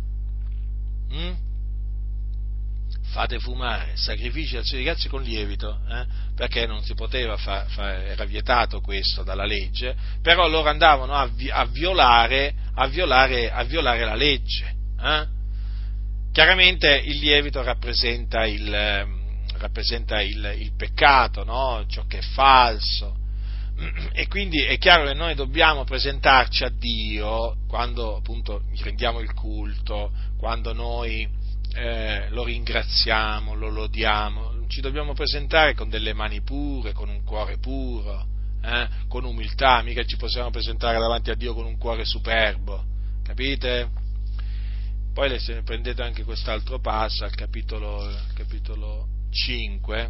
Speaker 1: Fate fumare sacrifici d'azione di grazie con lievito, perché non si poteva era vietato questo dalla legge, però loro andavano a violare la legge. Chiaramente il lievito rappresenta il peccato, no? Ciò che è falso, e quindi è chiaro che noi dobbiamo presentarci a Dio quando appunto gli rendiamo il culto, quando noi lo ringraziamo, lo lodiamo, ci dobbiamo presentare con delle mani pure, con un cuore puro, con umiltà. Mica ci possiamo presentare davanti a Dio con un cuore superbo, capite? Poi se ne prendete anche quest'altro passo al capitolo 5,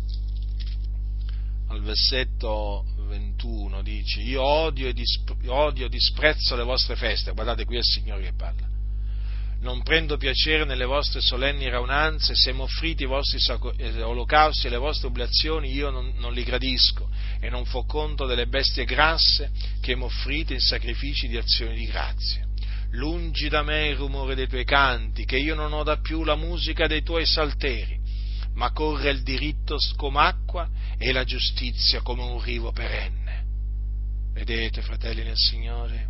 Speaker 1: al versetto 21, dice: io odio e disprezzo le vostre feste. Guardate, qui è il Signore che parla. Non prendo piacere nelle vostre solenni raunanze, se m'offrite i vostri olocausti e le vostre oblazioni, io non li gradisco, e non fo conto delle bestie grasse che m'offrite in sacrifici di azione di grazia. Lungi da me il rumore dei tuoi canti, che io non oda più la musica dei tuoi salteri, ma corre il diritto come acqua e la giustizia come un rivo perenne. Vedete, fratelli nel Signore?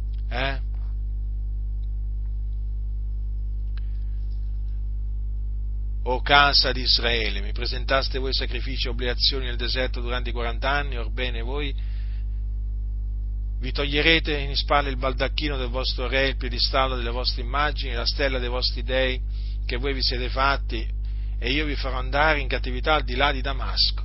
Speaker 1: O casa di Israele, mi presentaste voi sacrifici e oblazioni nel deserto durante i 40 anni, orbene voi vi toglierete in spalla il baldacchino del vostro re, il piedistallo delle vostre immagini, la stella dei vostri dei che voi vi siete fatti, e io vi farò andare in cattività al di là di Damasco,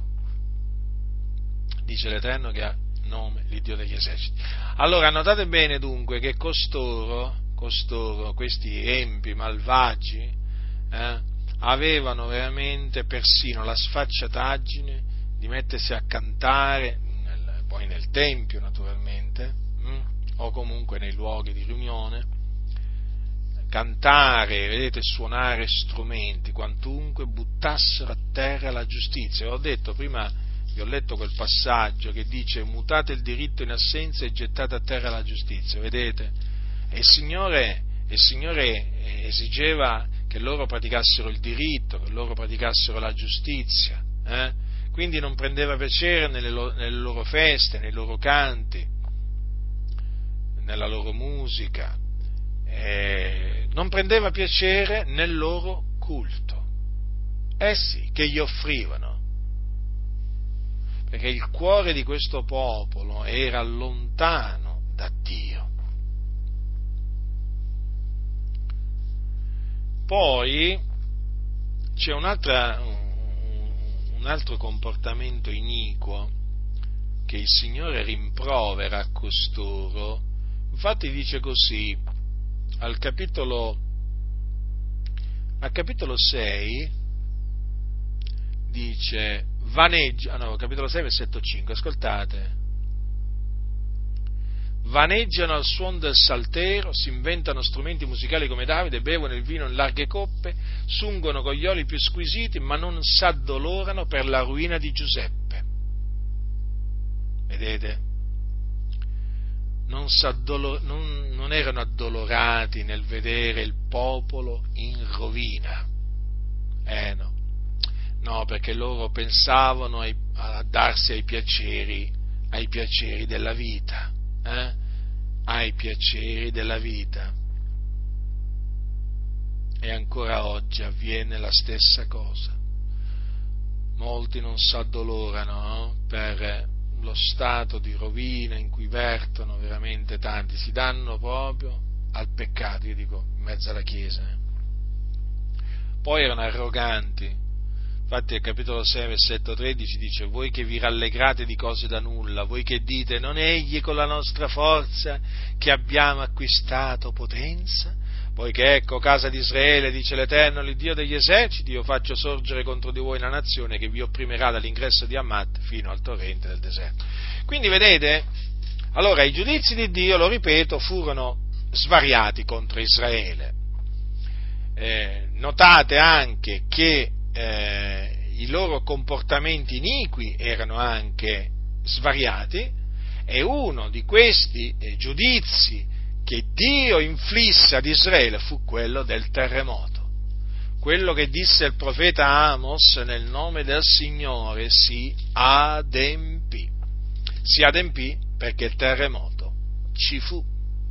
Speaker 1: dice l'Eterno che ha nome l'Iddio degli eserciti. Allora notate bene dunque che costoro, questi empi malvagi, avevano veramente persino la sfacciataggine di mettersi a cantare, poi nel Tempio naturalmente, o comunque nei luoghi di riunione, cantare, vedete, suonare strumenti, quantunque buttassero a terra la giustizia. Ho detto prima, vi ho letto quel passaggio che dice: mutate il diritto in assenza e gettate a terra la giustizia, vedete? E il Signore esigeva che loro praticassero il diritto, che loro praticassero la giustizia, quindi non prendeva piacere nelle loro feste, nei loro canti, nella loro musica, non prendeva piacere nel loro culto, sì, che gli offrivano, perché il cuore di questo popolo era lontano da Dio. Poi c'è un altro comportamento iniquo che il Signore rimprovera a costoro. Infatti dice così al capitolo 6, dice capitolo 6 versetto 5, ascoltate: vaneggiano al suon del saltero, si inventano strumenti musicali come Davide, bevono il vino in larghe coppe, sungono con gli oli più squisiti, ma non s'addolorano per la ruina di Giuseppe. Vedete? Non erano addolorati nel vedere il popolo in rovina. No, perché loro pensavano a darsi ai piaceri della vita. Ai piaceri della vita, e ancora oggi avviene la stessa cosa. Molti non s'addolorano per lo stato di rovina in cui vertono veramente tanti, si danno proprio al peccato, io dico, in mezzo alla Chiesa. Poi erano arroganti. Infatti al capitolo 6, versetto 13 dice: voi che vi rallegrate di cose da nulla, voi che dite: non è egli con la nostra forza che abbiamo acquistato potenza, poiché ecco, casa di Israele, dice l'Eterno, l'Iddio degli eserciti, io faccio sorgere contro di voi una nazione che vi opprimerà dall'ingresso di Amat fino al torrente del deserto. Quindi vedete, allora i giudizi di Dio, lo ripeto, furono svariati contro Israele. Notate anche che i loro comportamenti iniqui erano anche svariati, e uno di questi giudizi che Dio inflisse ad Israele fu quello del terremoto. Quello che disse il profeta Amos nel nome del Signore si adempì. Si adempì perché il terremoto ci fu.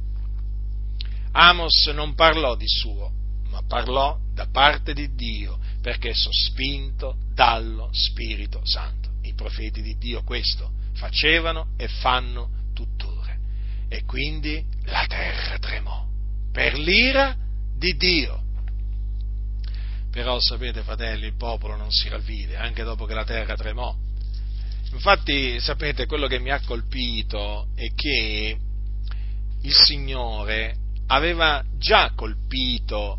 Speaker 1: Amos non parlò di suo, ma parlò da parte di Dio, perché sospinto dallo Spirito Santo. I profeti di Dio questo facevano e fanno tuttora. E quindi la terra tremò per l'ira di Dio. Però sapete, fratelli, il popolo non si ravvide, anche dopo che la terra tremò. Infatti, sapete, quello che mi ha colpito è che il Signore aveva già colpito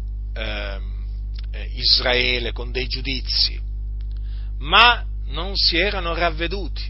Speaker 1: Israele con dei giudizi, ma non si erano ravveduti.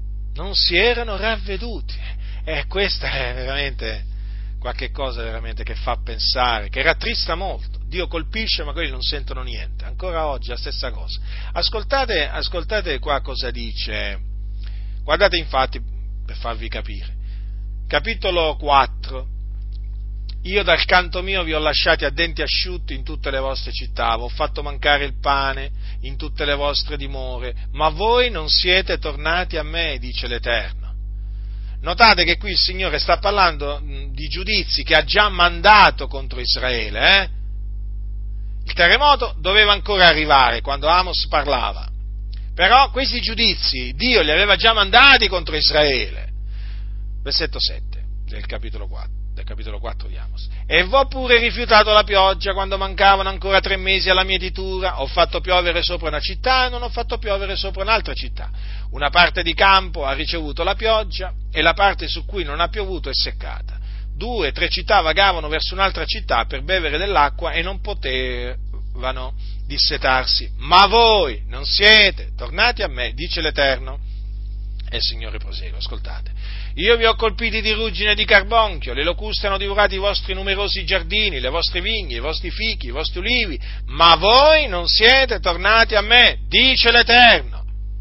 Speaker 1: E questa è veramente qualche cosa veramente che fa pensare, che rattrista molto. Dio colpisce, ma quelli non sentono niente. Ancora oggi la stessa cosa. Ascoltate qua cosa dice. Guardate infatti, per farvi capire. Capitolo 4. Io dal canto mio vi ho lasciati a denti asciutti in tutte le vostre città, vi ho fatto mancare il pane in tutte le vostre dimore, ma voi non siete tornati a me, dice l'Eterno. Notate che qui il Signore sta parlando di giudizi che ha già mandato contro Israele. Il terremoto doveva ancora arrivare quando Amos parlava, però questi giudizi Dio li aveva già mandati contro Israele. Versetto 7 del capitolo 4 di Amos. E v'ho pure rifiutato la pioggia quando mancavano ancora 3 mesi alla mietitura, ho fatto piovere sopra una città e non ho fatto piovere sopra un'altra città. Una parte di campo ha ricevuto la pioggia e la parte su cui non ha piovuto è seccata. 2, 3 città vagavano verso un'altra città per bevere dell'acqua e non potevano dissetarsi. Ma voi non siete tornati a me, dice l'Eterno. E il Signore prosegue, ascoltate. Io vi ho colpiti di ruggine e di carbonchio, le locuste hanno divorato i vostri numerosi giardini, le vostre vigne, i vostri fichi, i vostri ulivi, ma voi non siete tornati a me, dice l'Eterno.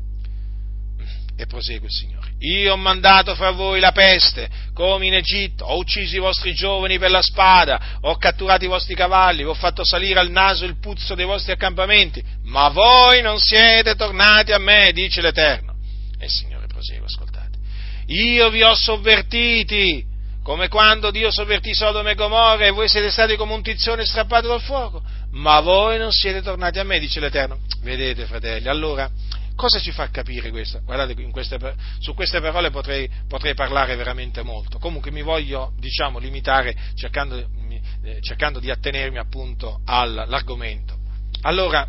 Speaker 1: E prosegue il Signore. Io ho mandato fra voi la peste, come in Egitto, ho ucciso i vostri giovani per la spada, ho catturato i vostri cavalli, vi ho fatto salire al naso il puzzo dei vostri accampamenti, ma voi non siete tornati a me, dice l'Eterno. E il Signore prosegue, ascoltate. Io vi ho sovvertiti, come quando Dio sovvertì Sodoma e Gomorra e voi siete stati come un tizzone strappato dal fuoco, ma voi non siete tornati a me, dice l'Eterno. Vedete, fratelli, allora, cosa ci fa capire questo? Guardate, su queste parole potrei parlare veramente molto, comunque mi voglio, limitare cercando di attenermi appunto all'argomento. Allora,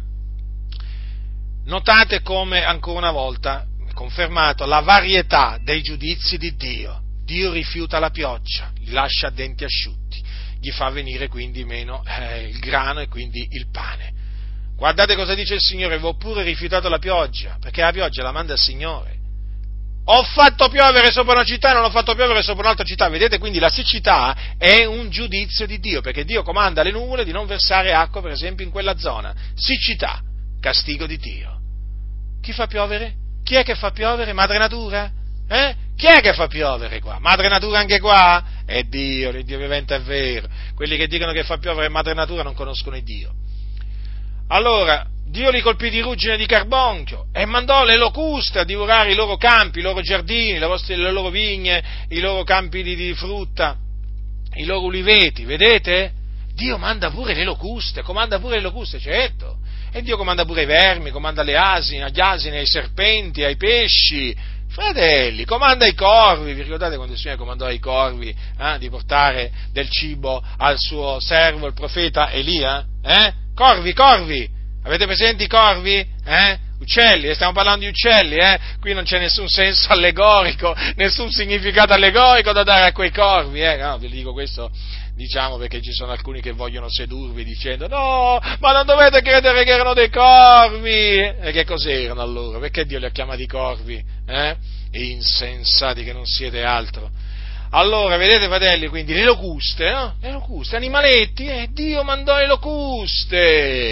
Speaker 1: notate come, ancora una volta, confermato la varietà dei giudizi di Dio. Dio rifiuta la pioggia, li lascia a denti asciutti, gli fa venire quindi meno il grano e quindi il pane. Guardate cosa dice il Signore, vi ho pure rifiutato la pioggia, perché la pioggia la manda il Signore. Ho fatto piovere sopra una città e non ho fatto piovere sopra un'altra città. Vedete, quindi la siccità è un giudizio di Dio, perché Dio comanda alle nuvole di non versare acqua, per esempio, in quella zona. Siccità, castigo di Dio. Chi fa piovere? Chi è che fa piovere? Madre Natura? Chi è che fa piovere qua? Madre Natura anche qua? È Dio, l'Iddio vivente è vero. Quelli che dicono che fa piovere Madre Natura non conoscono il Dio. Allora, Dio li colpì di ruggine e di carbonchio e mandò le locuste a divorare i loro campi, i loro giardini, le loro vigne, i loro campi di frutta, i loro uliveti, vedete? Dio manda pure le locuste, comanda pure le locuste, certo. E Dio comanda pure i vermi, comanda agli asini, ai serpenti, ai pesci. Fratelli, comanda ai corvi. Vi ricordate quando il Signore comandò ai corvi di portare del cibo al suo servo, il profeta Elia? Corvi! Avete presenti i corvi? Uccelli, stiamo parlando di uccelli, Qui non c'è nessun senso allegorico, nessun significato allegorico da dare a quei corvi, No, vi dico questo, perché ci sono alcuni che vogliono sedurvi dicendo, no, ma non dovete credere che erano dei corvi! E che cos'erano allora? Perché Dio li ha chiamati corvi? Insensati che non siete altro. Allora, vedete, fratelli, quindi le locuste, no? Le locuste, animaletti, Dio mandò le locuste,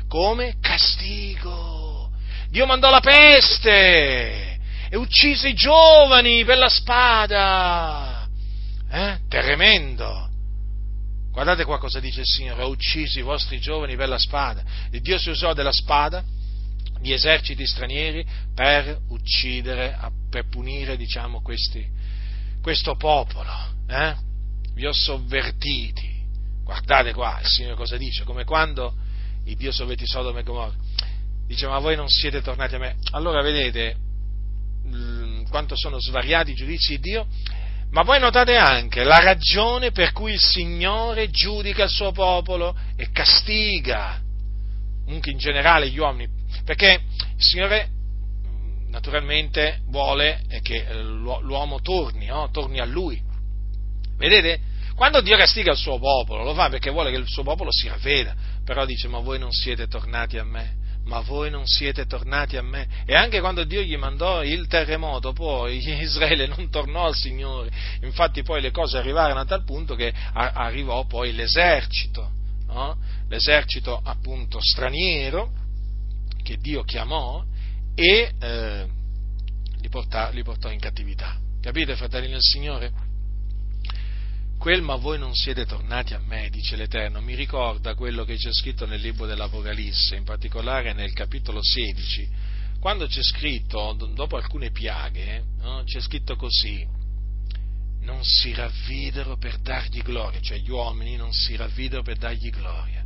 Speaker 1: Come? Castigo. Dio mandò la peste e uccise i giovani per la spada. Tremendo. Guardate qua cosa dice il Signore: ho ucciso i vostri giovani per la spada. E Dio si usò della spada, di eserciti stranieri, per uccidere, per punire, questo popolo. Vi ho sovvertiti. Guardate qua, il Signore cosa dice? Come quando il Dio sovvertì Sodoma e Gomorra. Dice: ma voi non siete tornati a me. Allora vedete quanto sono svariati i giudizi di Dio. Ma poi notate anche la ragione per cui il Signore giudica il suo popolo e castiga anche in generale gli uomini, perché il Signore naturalmente vuole che l'uomo torni a Lui. Vedete? Quando Dio castiga il suo popolo lo fa perché vuole che il suo popolo si ravveda, però dice: ma voi non siete tornati a me. Ma voi non siete tornati a me. E anche quando Dio gli mandò il terremoto, poi Israele non tornò al Signore. Infatti poi le cose arrivarono a tal punto che arrivò poi l'esercito, no? L'esercito appunto straniero che Dio chiamò e li portò in cattività. Capite, fratelli nel Signore? Quel "ma voi non siete tornati a me", dice l'Eterno, mi ricorda quello che c'è scritto nel libro dell'Apocalisse, in particolare nel capitolo 16, quando c'è scritto, dopo alcune piaghe, no, c'è scritto così: non si ravvidero per dargli gloria, cioè gli uomini non si ravvidero per dargli gloria,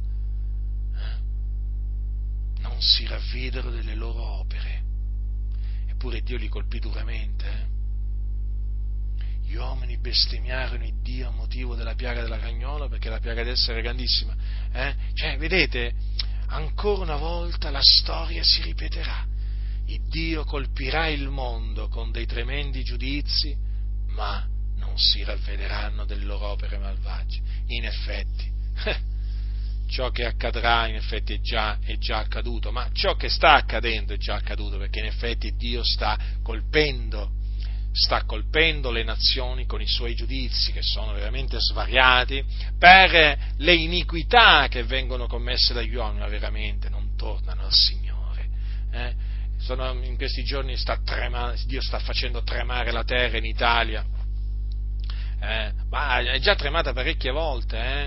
Speaker 1: non si ravvidero delle loro opere, eppure Dio li colpì duramente, Gli uomini bestemmiarono il Dio a motivo della piaga della cagnola, perché la piaga d'essa era grandissima. Cioè, vedete, ancora una volta la storia si ripeterà. Il Dio colpirà il mondo con dei tremendi giudizi, ma non si ravvederanno delle loro opere malvagie. In effetti, ciò che accadrà in effetti è già accaduto, ma ciò che sta accadendo è già accaduto, perché in effetti Dio sta colpendo le nazioni con i suoi giudizi, che sono veramente svariati, per le iniquità che vengono commesse dagli uomini, ma veramente non tornano al Signore. In questi giorni Dio sta facendo tremare la terra in Italia, ma è già tremata parecchie volte,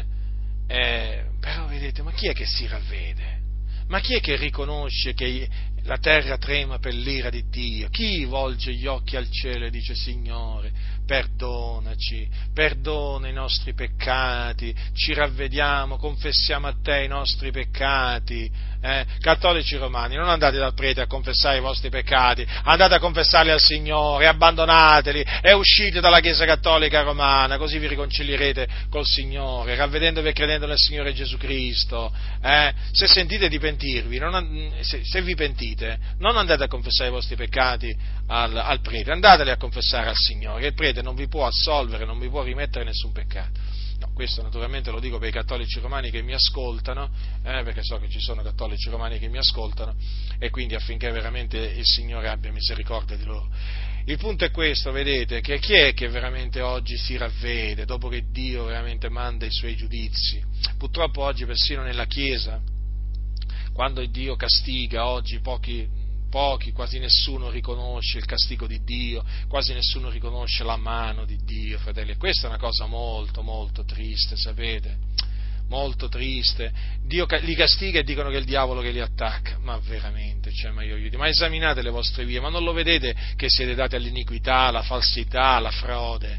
Speaker 1: però vedete, ma chi è che si ravvede? Ma chi è che riconosce che la terra trema per l'ira di Dio? Chi volge gli occhi al cielo e dice: Signore, perdonaci, perdona i nostri peccati, ci ravvediamo, confessiamo a te i nostri peccati. Cattolici romani, non andate dal prete a confessare i vostri peccati, andate a confessarli al Signore, abbandonateli e uscite dalla Chiesa Cattolica Romana, così vi riconcilierete col Signore, ravvedendovi e credendo nel Signore Gesù Cristo. Se sentite di pentirvi, se vi pentite, non andate a confessare i vostri peccati al prete, andateli a confessare al Signore. Il prete non vi può assolvere, non vi può rimettere nessun peccato. No, questo naturalmente lo dico per i cattolici romani che mi ascoltano, perché so che ci sono cattolici romani che mi ascoltano, e quindi affinché veramente il Signore abbia misericordia di loro. Il punto è questo, vedete, che chi è che veramente oggi si ravvede dopo che Dio veramente manda i suoi giudizi? Purtroppo oggi persino nella Chiesa, quando Dio castiga, oggi pochi, quasi nessuno riconosce il castigo di Dio, quasi nessuno riconosce la mano di Dio, fratelli, e questa è una cosa molto, molto triste, sapete? Molto triste. Dio li castiga e dicono che è il diavolo che li attacca, ma veramente, ma esaminate le vostre vie, ma non lo vedete che siete dati all'iniquità, alla falsità, alla frode,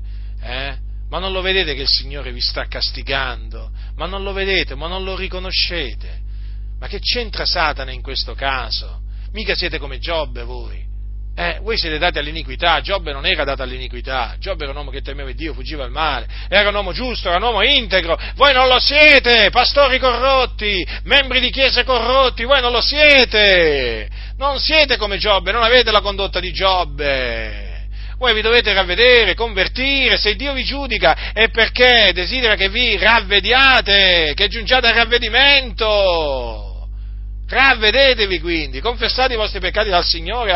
Speaker 1: Ma non lo vedete che il Signore vi sta castigando? Ma non lo vedete, ma non lo riconoscete? Ma che c'entra Satana in questo caso? Mica siete come Giobbe voi. Voi siete dati all'iniquità. Giobbe non era dato all'iniquità. Giobbe era un uomo che temeva Dio, fuggiva al male, era un uomo giusto, era un uomo integro. Voi non lo siete, pastori corrotti, membri di chiese corrotti, voi non lo siete. Non siete come Giobbe, non avete la condotta di Giobbe. Voi vi dovete ravvedere, convertire. Se Dio vi giudica è perché desidera che vi ravvediate, che giungiate al ravvedimento. Ravvedetevi quindi, confessate i vostri peccati al Signore,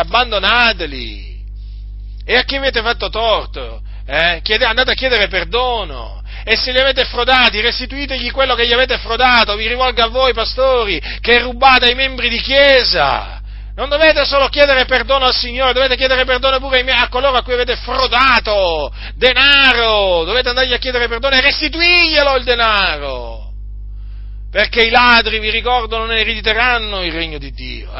Speaker 1: abbandonateli. E a chi avete fatto torto, andate a chiedere perdono. e se li avete frodati, restituitegli quello che gli avete frodato. Vi rivolgo a voi, pastori, che rubate ai membri di chiesa. Non dovete solo chiedere perdono al Signore, dovete chiedere perdono pure a coloro a cui avete frodato denaro. Dovete andargli a chiedere perdono e restituiglielo il denaro. Perché i ladri, vi ricordo, non erediteranno il regno di Dio,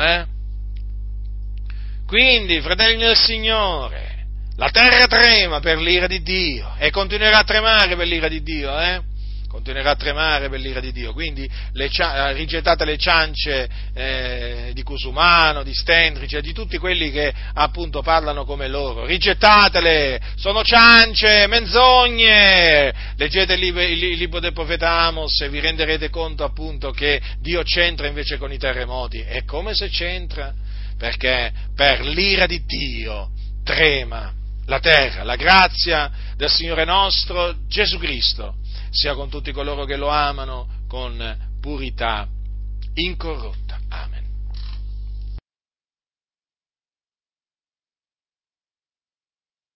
Speaker 1: Quindi, fratelli del Signore, la terra trema per l'ira di Dio e continuerà a tremare per l'ira di Dio, Continuerà a tremare per l'ira di Dio. Quindi rigettate le ciance di Cusumano, di Stendrice, di tutti quelli che appunto parlano come loro. Rigettatele, sono ciance, menzogne. Leggete il libro del profeta Amos e vi renderete conto appunto che Dio c'entra invece con i terremoti. È come se c'entra, perché per l'ira di Dio trema la terra. La grazia del Signore nostro Gesù Cristo sia con tutti coloro che lo amano con purità incorrotta.